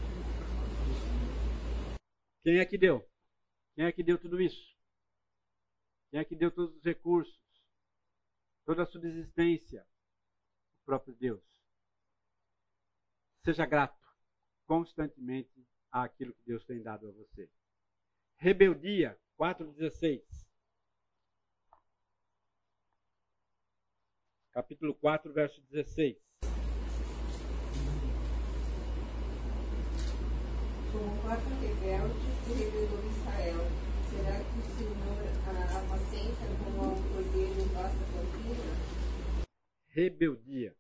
Quem é que deu? Quem é que deu tudo isso? Quem é que deu todos os recursos? Toda a subsistência? O próprio Deus. Seja grato constantemente àquilo que Deus tem dado a você. Rebeldia, 4:16. Capítulo 4, verso 16. Como 4 rebeldes se rebelou Israel. Será que o Senhor apacenta como um cordeiro em vasta campina? Rebeldia.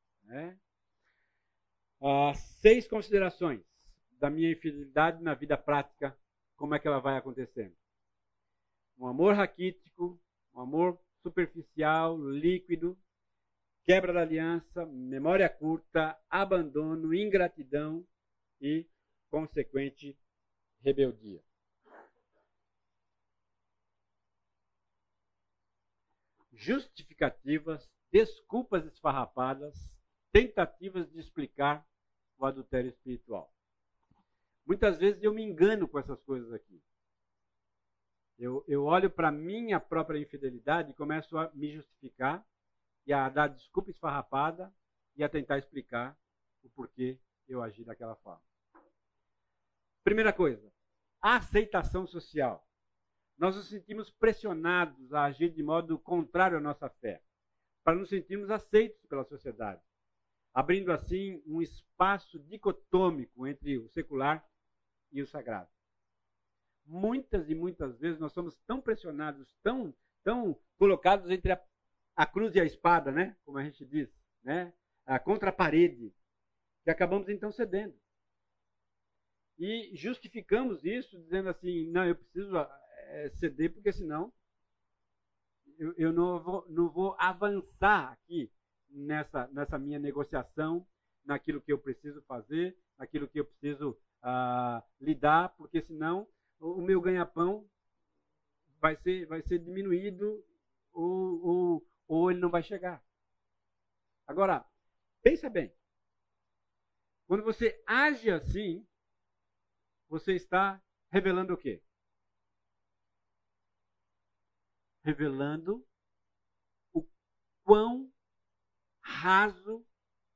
6 considerações da minha infidelidade na vida prática, como é que ela vai acontecendo. Um amor raquítico, um amor superficial, líquido, quebra da aliança, memória curta, abandono, ingratidão e consequente rebeldia. Justificativas, desculpas esfarrapadas, tentativas de explicar o adultério espiritual. Muitas vezes eu me engano com essas coisas aqui. Eu olho para a minha própria infidelidade e começo a me justificar e a dar desculpa esfarrapada e a tentar explicar o porquê eu agi daquela forma. Primeira coisa, a aceitação social. Nós nos sentimos pressionados a agir de modo contrário à nossa fé, para nos sentirmos aceitos pela sociedade, abrindo assim um espaço dicotômico entre o secular e o sagrado. Muitas e muitas vezes nós somos tão pressionados, tão colocados entre a cruz e a espada, né? Como a gente diz, né? Contra a parede, que acabamos então cedendo. E justificamos isso dizendo assim, não, eu preciso ceder porque senão eu não vou avançar aqui nessa minha negociação, naquilo que eu preciso fazer, naquilo que eu preciso lidar, porque senão o meu ganha-pão vai ser diminuído ou ele não vai chegar. Agora, pensa bem. Quando você age assim, você está revelando o quê? Revelando o quão raso,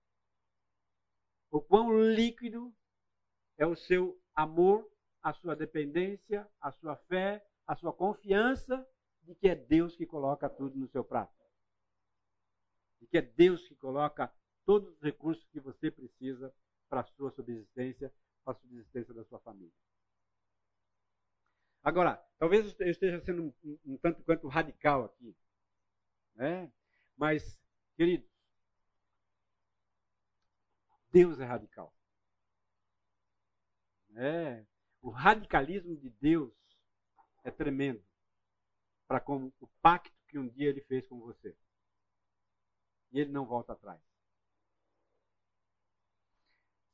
o quão líquido é o seu amor, a sua dependência, a sua fé, a sua confiança de que é Deus que coloca tudo no seu prato. De que é Deus que coloca todos os recursos que você precisa para a sua subsistência, para a subsistência da sua família. Agora, talvez eu esteja sendo um tanto quanto radical aqui, né? Mas, queridos, Deus é radical. O radicalismo de Deus é tremendo para como o pacto que um dia ele fez com você. E ele não volta atrás.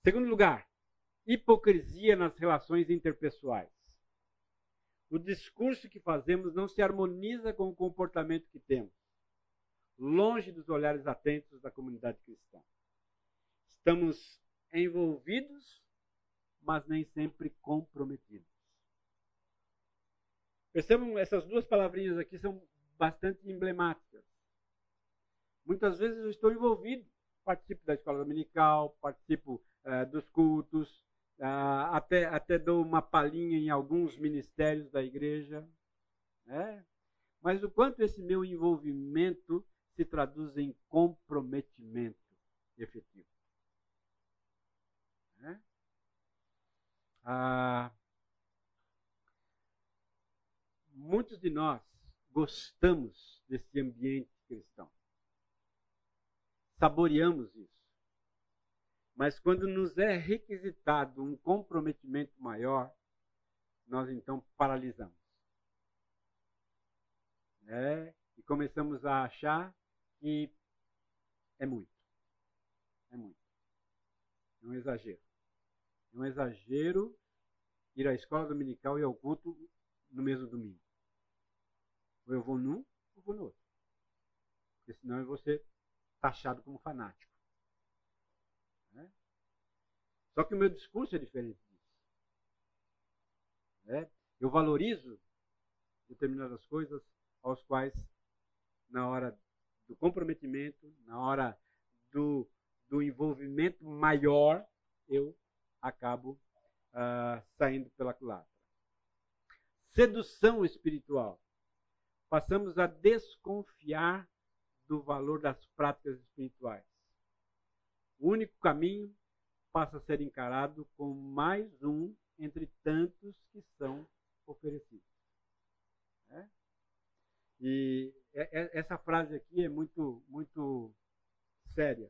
Segundo lugar, hipocrisia nas relações interpessoais. O discurso que fazemos não se harmoniza com o comportamento que temos, longe dos olhares atentos da comunidade cristã. Estamos envolvidos, mas nem sempre comprometidos. Percebam, essas duas palavrinhas aqui são bastante emblemáticas. Muitas vezes eu estou envolvido, participo da escola dominical, participo dos cultos, até dou uma palhinha em alguns ministérios da igreja. Mas o quanto esse meu envolvimento se traduz em comprometimento efetivo. Muitos de nós gostamos desse ambiente cristão. Saboreamos isso. Mas quando nos é requisitado um comprometimento maior, nós então paralisamos. E começamos a achar que é muito. É muito. É um exagero. É um exagero ir à escola dominical e ao culto no mesmo domingo. Ou eu vou num, ou vou no outro. Porque senão eu vou ser taxado como fanático. Só que o meu discurso é diferente disso. Eu valorizo determinadas coisas aos quais, na hora do comprometimento, na hora do envolvimento maior, eu acabo saindo pela culatra. Sedução espiritual. Passamos a desconfiar do valor das práticas espirituais. O único caminho passa a ser encarado como mais um entre tantos que são oferecidos. E essa frase aqui é muito, muito séria.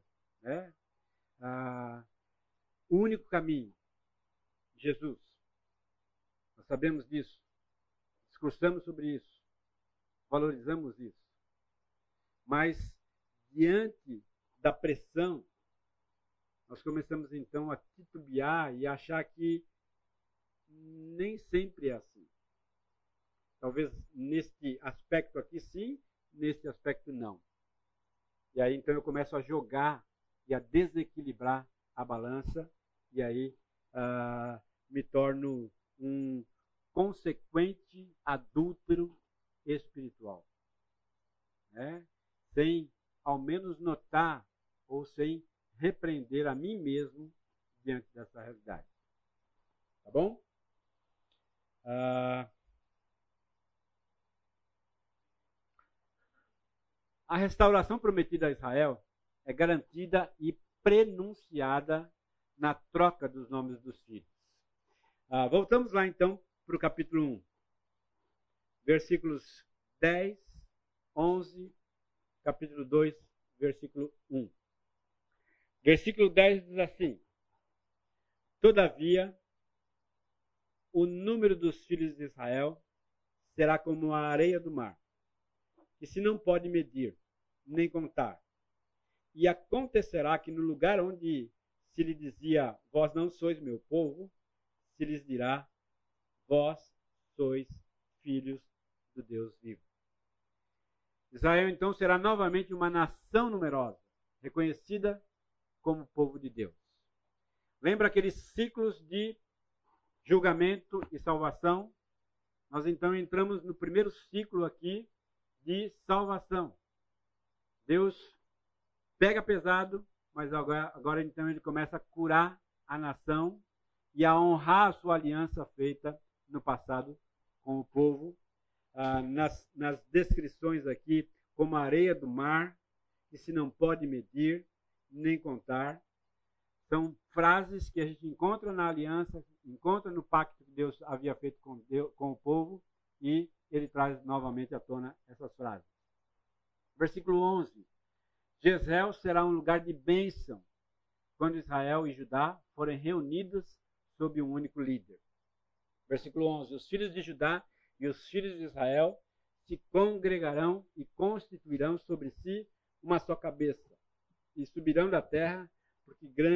O único caminho, Jesus. Nós sabemos disso. Discursamos sobre isso. Valorizamos isso. Mas, diante da pressão, nós começamos então a titubear e achar que nem sempre é assim. Talvez neste aspecto aqui sim, neste aspecto não. E aí então eu começo a jogar e a desequilibrar a balança e aí me torno um consequente adúltero espiritual. Sem ao menos notar ou sem repreender a mim mesmo diante dessa realidade. Tá bom? A restauração prometida a Israel é garantida e prenunciada na troca dos nomes dos filhos. Voltamos lá então para o capítulo 1. Versículos 10, 11, capítulo 2, versículo 1. Versículo 10 diz assim: Todavia, o número dos filhos de Israel será como a areia do mar, que se não pode medir, nem contar. E acontecerá que no lugar onde se lhe dizia, vós não sois meu povo, se lhes dirá, vós sois filhos do Deus vivo. Israel então será novamente uma nação numerosa, reconhecida como povo de Deus. Lembra aqueles ciclos de julgamento e salvação? Nós então entramos no primeiro ciclo aqui de salvação. Deus pega pesado, mas agora então ele começa a curar a nação e a honrar a sua aliança feita no passado com o povo. Nas descrições aqui, como a areia do mar, que se não pode medir nem contar. São frases que a gente encontra na aliança, encontra no pacto que Deus havia feito com o povo, e ele traz novamente à tona essas frases. Versículo 11. Jezreel será um lugar de bênção quando Israel e Judá forem reunidos sob um único líder. Versículo 11. Os filhos de Judá e os filhos de Israel se congregarão e constituirão sobre si uma só cabeça, e subirão da terra, porque grande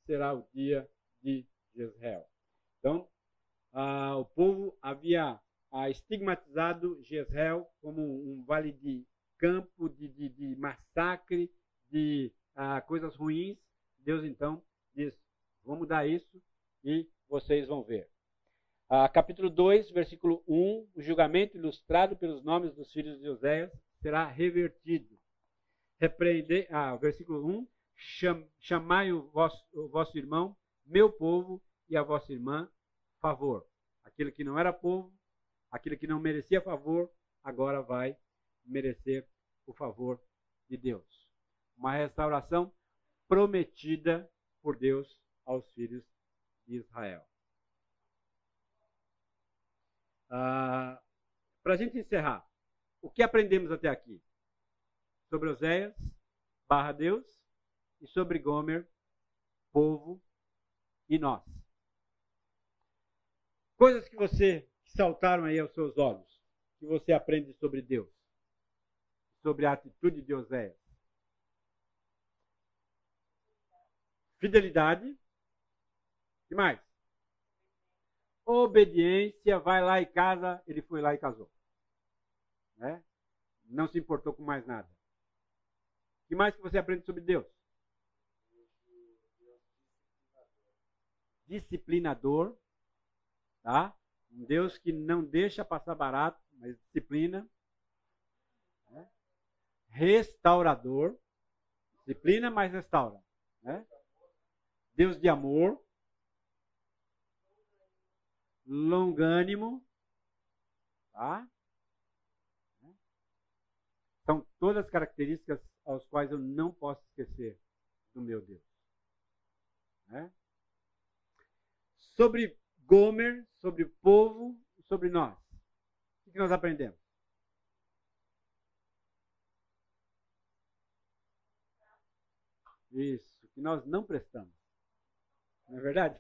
será o dia de Jezreel. Então, o povo havia estigmatizado Jezreel como um vale de campo, de massacre, de coisas ruins. Deus então diz, vou mudar isso e vocês vão ver. Capítulo 2, versículo 1, o julgamento ilustrado pelos nomes dos filhos de Oséias será revertido. Versículo 1, chamai o vosso irmão, meu povo, e a vossa irmã, favor. Aquele que não era povo, aquele que não merecia favor, agora vai merecer o favor de Deus. Uma restauração prometida por Deus aos filhos de Israel. Para a gente encerrar, o que aprendemos até aqui? Sobre Oséias, /Deus, e sobre Gomer, povo e nós. Coisas que saltaram aí aos seus olhos, que você aprende sobre Deus, sobre a atitude de Oséias. Fidelidade. O que mais? Obediência, vai lá e casa, ele foi lá e casou. Né? Não se importou com mais nada. O que mais que você aprende sobre Deus? Disciplinador. Tá? Um Deus que não deixa passar barato, mas disciplina. Né? Restaurador. Disciplina, mas restaura. Né? Deus de amor. Longânimo. Tá? São todas as características aos quais eu não posso esquecer do meu Deus. Né? Sobre Gomer, sobre o povo, sobre nós. O que nós aprendemos? Isso, que nós não prestamos. Não é verdade?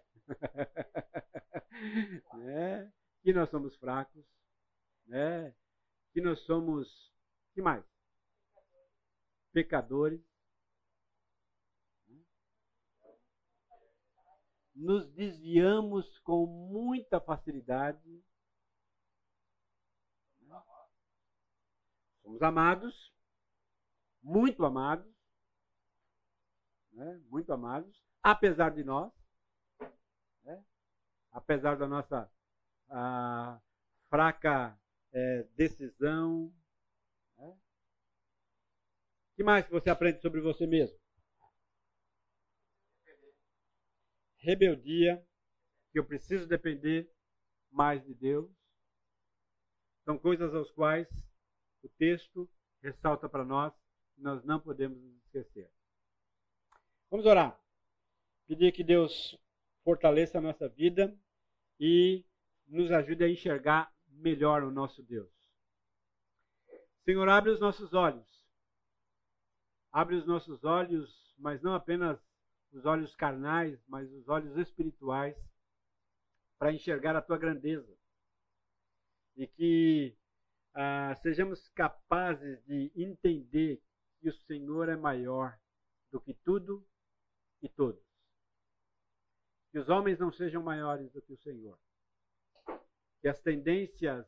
Que nós somos fracos. Que nós somos... O que mais? Pecadores. Nos desviamos com muita facilidade. Somos amados, muito amados, muito amados, apesar de nós, apesar da nossa fraca decisão. O que mais que você aprende sobre você mesmo? Rebeldia, que eu preciso depender mais de Deus. São coisas às quais o texto ressalta para nós que nós não podemos nos esquecer. Vamos orar. Pedir que Deus fortaleça a nossa vida e nos ajude a enxergar melhor o nosso Deus. Senhor, abre os nossos olhos. Abre os nossos olhos, mas não apenas os olhos carnais, mas os olhos espirituais, para enxergar a tua grandeza. E que sejamos capazes de entender que o Senhor é maior do que tudo e todos. Que os homens não sejam maiores do que o Senhor. Que as tendências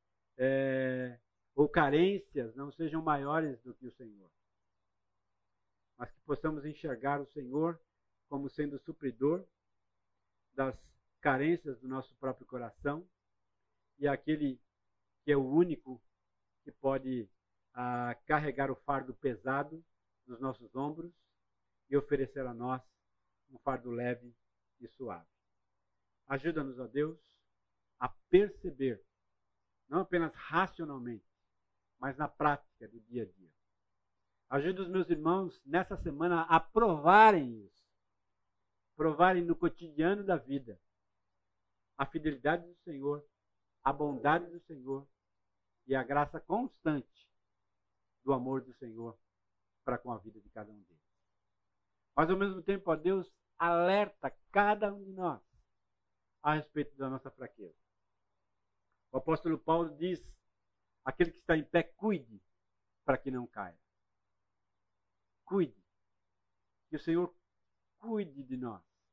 ou carências não sejam maiores do que o Senhor. Mas que possamos enxergar o Senhor como sendo o supridor das carências do nosso próprio coração e aquele que é o único que pode carregar o fardo pesado dos nossos ombros e oferecer a nós um fardo leve e suave. Ajuda-nos, ó Deus, a perceber, não apenas racionalmente, mas na prática do dia a dia. Ajuda os meus irmãos nessa semana a provarem isso. Provarem no cotidiano da vida a fidelidade do Senhor, a bondade do Senhor e a graça constante do amor do Senhor para com a vida de cada um deles. Mas ao mesmo tempo, ó Deus, alerta cada um de nós a respeito da nossa fraqueza. O apóstolo Paulo diz, aquele que está em pé, cuide para que não caia. Cuide. Que o Senhor cuide de nós.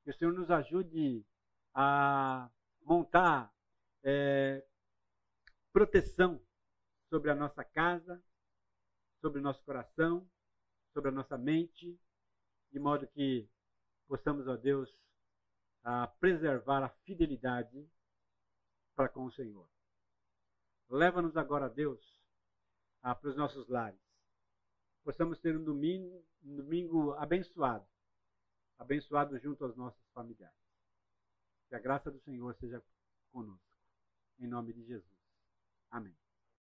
Que o Senhor nos ajude a montar proteção sobre a nossa casa, sobre o nosso coração, sobre a nossa mente, de modo que possamos, ó Deus, preservar a fidelidade para com o Senhor. Leva-nos agora, Deus, para os nossos lares. Possamos ter um domingo abençoado, abençoado junto aos nossos familiares. Que a graça do Senhor seja conosco. Em nome de Jesus. Amém.